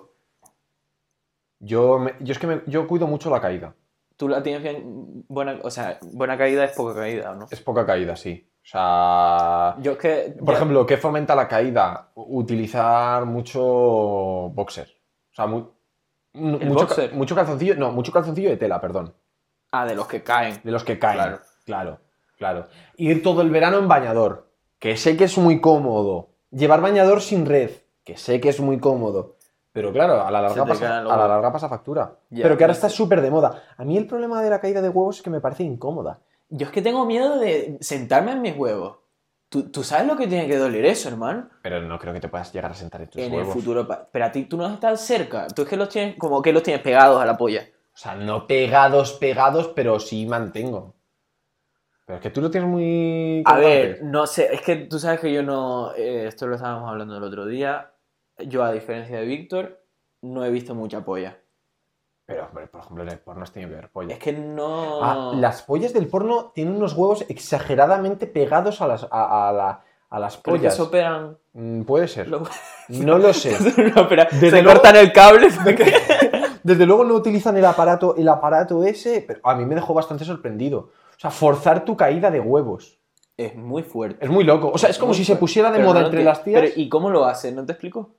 B: Yo, me- yo es que me- yo cuido mucho la caída.
C: Tú la tienes bien buena, o sea, buena caída es poca caída, ¿no?
B: Es poca caída, sí. O sea...
C: Yo es que...
B: Por
C: ya-
B: ejemplo, ¿qué fomenta la caída? U- Utilizar mucho boxer. O sea, mu- mu-
C: ¿El
B: mucho, ca-
C: boxer?
B: mucho calzoncillo... No, mucho calzoncillo de tela, perdón.
C: Ah, de los que caen.
B: De los que caen.
C: Claro.
B: Claro, claro. Ir todo el verano en bañador. Que sé que es muy cómodo. Llevar bañador sin red. Que sé que es muy cómodo. Pero claro, a la
C: Se
B: larga,
C: te
B: pasa,
C: quedan los
B: a la
C: huevos.
B: larga pasa factura.
C: Ya,
B: Pero que ahora
C: no
B: está
C: sé.
B: súper de moda. A mí el problema de la caída de huevos es que me parece incómoda.
C: Yo es que tengo miedo de sentarme en mis huevos. ¿Tú, tú sabes lo que tiene que doler eso, hermano?
B: Pero no creo que te puedas llegar a sentar en tus
C: En
B: huevos.
C: el futuro. pa- Pero a ti tú no estás cerca. Tú es que los tienes, como que los tienes pegados a la polla.
B: O sea, no pegados, pegados, pero sí mantengo. Pero es que tú lo tienes muy...
C: A
B: cortante.
C: ver, no sé, es que tú sabes que yo no. eh, esto lo estábamos hablando el otro día. Yo, a diferencia de Víctor, no he visto mucha polla.
B: Pero, hombre, por ejemplo, en el porno has tenido que ver pollas.
C: Es que no.
B: Ah, las pollas del porno tienen unos huevos exageradamente pegados a las, a, a la- a las
C: Pero es que
B: pollas.
C: se operan.
B: Mm, puede ser.
C: los-
B: No lo sé.
C: No, espera,
B: Desde
C: se
B: luego-
C: cortan el cable.
B: Desde luego no utilizan el aparato, el aparato ese, pero a mí me dejó bastante sorprendido. O sea, forzar tu caída de huevos.
C: Es muy fuerte.
B: Es muy loco. O sea, es como
C: Muy
B: si se
C: fuerte.
B: pusiera de
C: Pero
B: moda
C: no lo
B: entre
C: enti-
B: las tías.
C: Pero, ¿y cómo lo hace? ¿No te explico?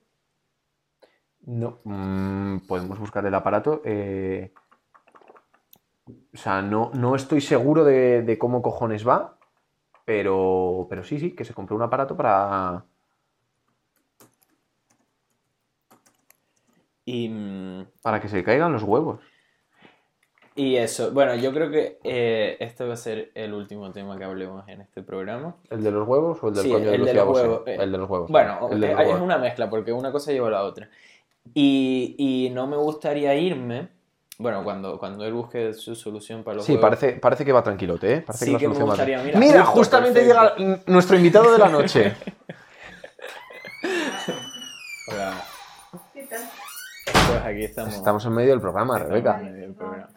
B: No. Mm, podemos buscar el aparato. eh, O sea, no, no estoy seguro de, de cómo cojones va. Pero, pero sí, sí, que se compró un aparato para...
C: Y. mm,
B: para que se le caigan los huevos.
C: Y eso, bueno, yo creo que eh, este va a ser el último tema que hablemos en este programa.
B: ¿El de los huevos o el del
C: Sí,
B: coño de
C: el de
B: Lucía
C: los
B: Bosé?
C: huevos, eh.
B: El de los huevos.
C: Bueno,
B: el de
C: eh,
B: los
C: es
B: huevos.
C: una mezcla porque una cosa lleva a la otra. Y, y no me gustaría irme, bueno, cuando, cuando él busque su solución para los
B: Sí,
C: huevos.
B: parece, parece que va tranquilote, ¿eh? Parece
C: Sí
B: la
C: que me
B: solución va
C: gustaría,
B: tranqui-
C: mira,
B: Mira,
C: justo,
B: justamente
C: perfecto.
B: llega n- nuestro invitado de la noche.
C: Hola.
D: ¿Qué tal?
C: Pues aquí estamos.
B: Estamos en medio del programa,
C: estamos
B: Rebeca.
C: en medio del programa.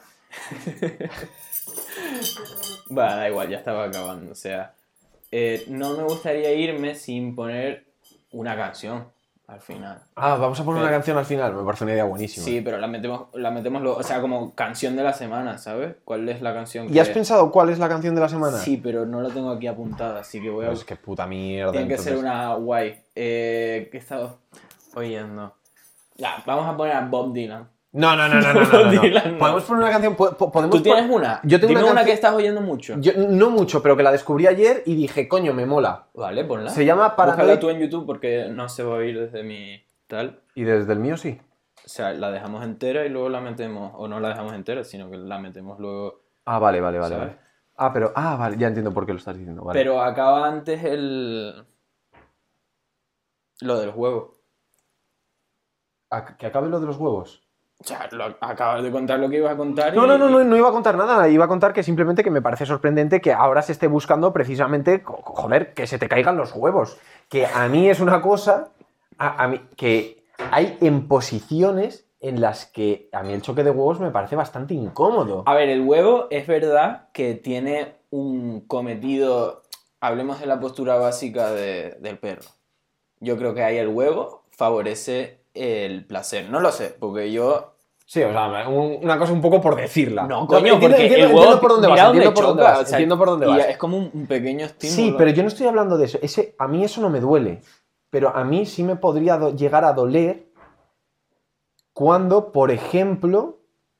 C: Va, da igual, ya estaba acabando. O sea, eh, no me gustaría irme sin poner una canción al final.
B: Ah, vamos a poner
C: Pero-
B: una canción al final. Me parece una idea buenísima.
C: Sí, pero la metemos, la metemos, lo- o sea, como canción de la semana, ¿sabes? ¿Cuál es la canción que...
B: ¿Y has pensado cuál es la canción de la semana?
C: Sí, pero no la tengo aquí apuntada, así que voy a...
B: Pues qué puta mierda.
C: Tiene que
B: entonces.
C: ser una guay. Eh, ¿Qué he estado oyendo? Ya, vamos a poner a Bob Dylan.
B: No, no, no, no, no, no, no, no.
C: Dylan, no.
B: Podemos poner una canción. po- po- Podemos
C: ¿Tú tienes
B: pon-
C: una?
B: Yo tengo
C: Dime
B: una
C: una,
B: canción-
C: que estás oyendo mucho.
B: Yo, no mucho, pero que la descubrí ayer y dije, coño, me mola.
C: Vale, ponla.
B: Se llama
C: Búscala
B: Paranoid.
C: tú en YouTube porque no se va a oír desde mi tal.
B: Y desde el mío sí.
C: O sea, la dejamos entera y luego la metemos... O no la dejamos entera, sino que la metemos luego...
B: Ah, vale, vale, vale.
C: ¿Sabes?
B: vale. Ah, pero. Ah, vale, ya entiendo por qué lo estás diciendo. Vale.
C: Pero acaba antes el... Lo del juego.
B: ¿A- ¿Que acabe lo de los huevos?
C: O sea, lo- acabas de contar lo que ibas a contar y...
B: No, no, no, no, no iba a contar nada. Iba a contar que simplemente que me parece sorprendente que ahora se esté buscando precisamente, co- joder, que se te caigan los huevos. Que a mí es una cosa, a, a mí, que hay en posiciones en las que a mí el choque de huevos me parece bastante incómodo.
C: A ver, el huevo es verdad que tiene un cometido... Hablemos de la postura básica de- del perro. Yo creo que ahí el huevo favorece el placer. No lo sé, porque yo...
B: Sí, o sea, un- una cosa un poco por decirla.
C: No, coño,
B: entiendo,
C: porque
B: entiendo-
C: el huevo...
B: entiendo por dónde vas,
C: mira dónde
B: entiendo por dónde
C: choca,
B: vas,
C: o sea,
B: entiendo por dónde
C: y
B: vas.
C: es como un un pequeño estímulo.
B: Sí, pero yo no estoy hablando de eso. Ese, a mí eso no me duele. Pero a mí sí me podría do- llegar a doler cuando, por ejemplo,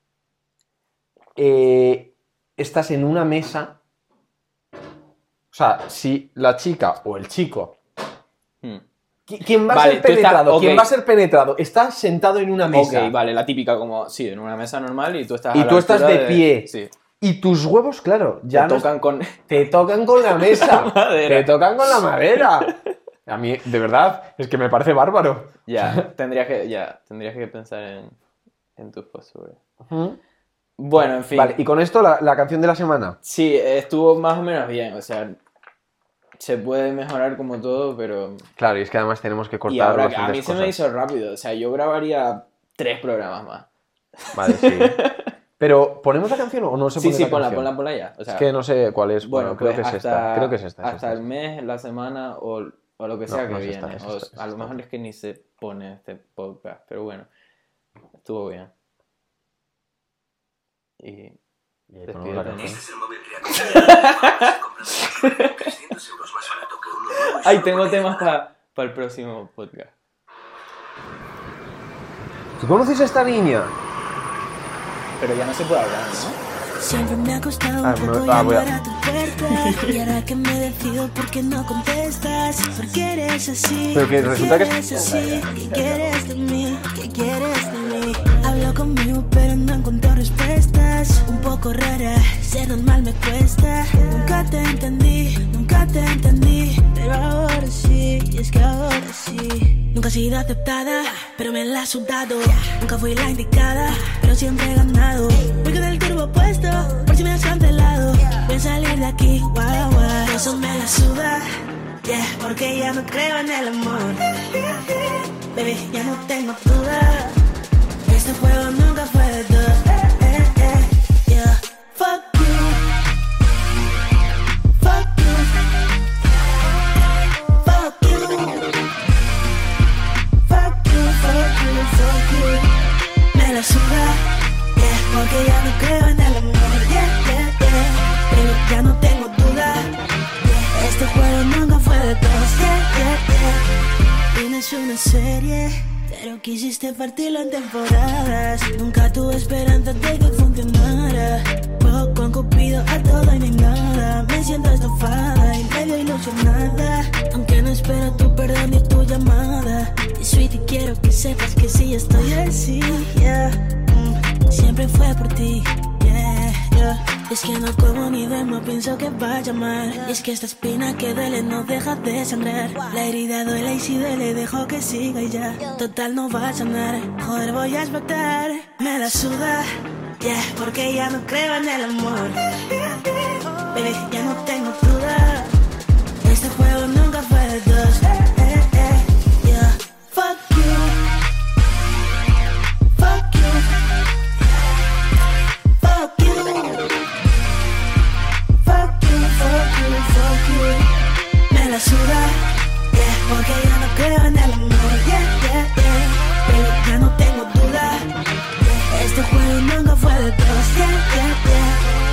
B: eh, estás en una mesa. O sea, si la chica o el chico...
C: Hmm.
B: ¿Quién va a
C: Vale,
B: ser
C: tú estás-
B: penetrado? ¿Quién
C: ok.
B: va a ser penetrado? Estás sentado en una mesa.
C: Ok, vale, la típica como, sí, en una mesa normal y tú estás
B: Y
C: a la
B: tú estás
C: altura
B: de pie.
C: Sí,
B: Y tus huevos, claro, ya
C: te
B: no
C: tocan con...
B: te tocan con la mesa.
C: madera.
B: Te tocan con la madera. A mí, de verdad, es que me parece bárbaro.
C: Ya, tendrías que, ya, tendrías que pensar en, en tus posturas. Bueno, en fin.
B: Vale, y con esto la, la canción de la semana.
C: Sí, estuvo más o menos bien, o sea, se puede mejorar como todo, pero...
B: Claro, y es que además tenemos que
C: Y
B: cortar
C: ahora que a
B: bastantes
C: mí se me
B: cosas.
C: hizo rápido, o sea, yo grabaría tres programas más.
B: Vale, sí. Pero, ¿ponemos la canción o no se
C: Sí,
B: pone
C: sí,
B: la
C: ponla,
B: canción?
C: ponla, ponla ya. O sea,
B: Es que no sé cuál es. Bueno,
C: bueno,
B: creo
C: pues
B: que es
C: hasta,
B: esta. Creo que es esta. es
C: hasta
B: esta.
C: el mes, la semana o, o lo que
B: No,
C: sea
B: no
C: que
B: es
C: viene.
B: esta, es
C: O
B: esta, es
C: a lo
B: esta.
C: mejor es que ni se pone este podcast, pero bueno, estuvo bien. Y
B: Y ahí ponemos la
C: despídete, ¿no?
B: canción.
D: Este es el móvil creativo. trescientos euros más barato que uno nuevo y
C: Ay,
D: solo
C: tengo
D: porque
C: temas para el próximo podcast.
B: ¿Tú conoces a esta niña?
C: Pero ya no se puede hablar, ¿no?
E: Siempre me ha costado
B: Ah,
E: un
B: me-
E: poco
B: ah, voy a-
E: llamar a tu puerta. Y ahora que me decido, ¿por qué no contestas? Porque eres así.
B: Pero que
E: ¿Por
B: resulta que
E: qué
B: es-
E: eres así? ¿Qué quieres de mí? ¿Qué quieres de mí? Hablo conmigo, pero no encuentro respuestas. Un poco rara, ser normal me cuesta. Nunca te entendí, nunca te entendí. Pero ahora sí, y es que ahora sí. Nunca he sido aceptada, pero me la has sudado. Nunca fui la indicada, pero siempre he ganado. Voy con el turbo puesto, por si me has cancelado. Voy a salir de aquí, guau, guau. Eso me la suda, yeah, porque ya no creo en el amor. Baby, ya no tengo duda. Este juego nunca fue de dos. Eh, eh, eh, yeah. Fuck you. Fuck you. Fuck you. Fuck you, fuck you, fuck you. Me la suda, yeah, porque ya no creo en el amor, yeah, yeah, yeah. Pero ya no tengo duda, yeah, este juego nunca fue de dos, yeah, yeah, yeah. Tienes una serie, pero quisiste partirlo en temporadas. Nunca tuve esperanza de que funcionara. Juego con Cupido a todo y ni nada. Me siento estafada y medio ilusionada. Aunque no espero tu perdón ni tu llamada. Y sweetie, quiero que sepas que sí estoy así, yeah. Mm, siempre fue por ti, yeah, yeah. Es que no como ni duermo, pienso que va a llamar. Y es que esta espina que duele no deja de sangrar. La herida duele y si duele dejo que siga y ya. Total no va a sanar, joder voy a explotar. Me la suda, yeah, porque ya no creo en el amor. Baby, ya no tengo duda. Este juego nunca fue de dos, eh, eh, eh, yeah. Fuck you. Fuck you. Fuck you. Fuck you, fuck you, fuck you. Me la suda, yeah, porque ya no creo en el amor, yeah, yeah, yeah. Pero ya no tengo duda, yeah, este juego nunca fue de dos, yeah, yeah, yeah.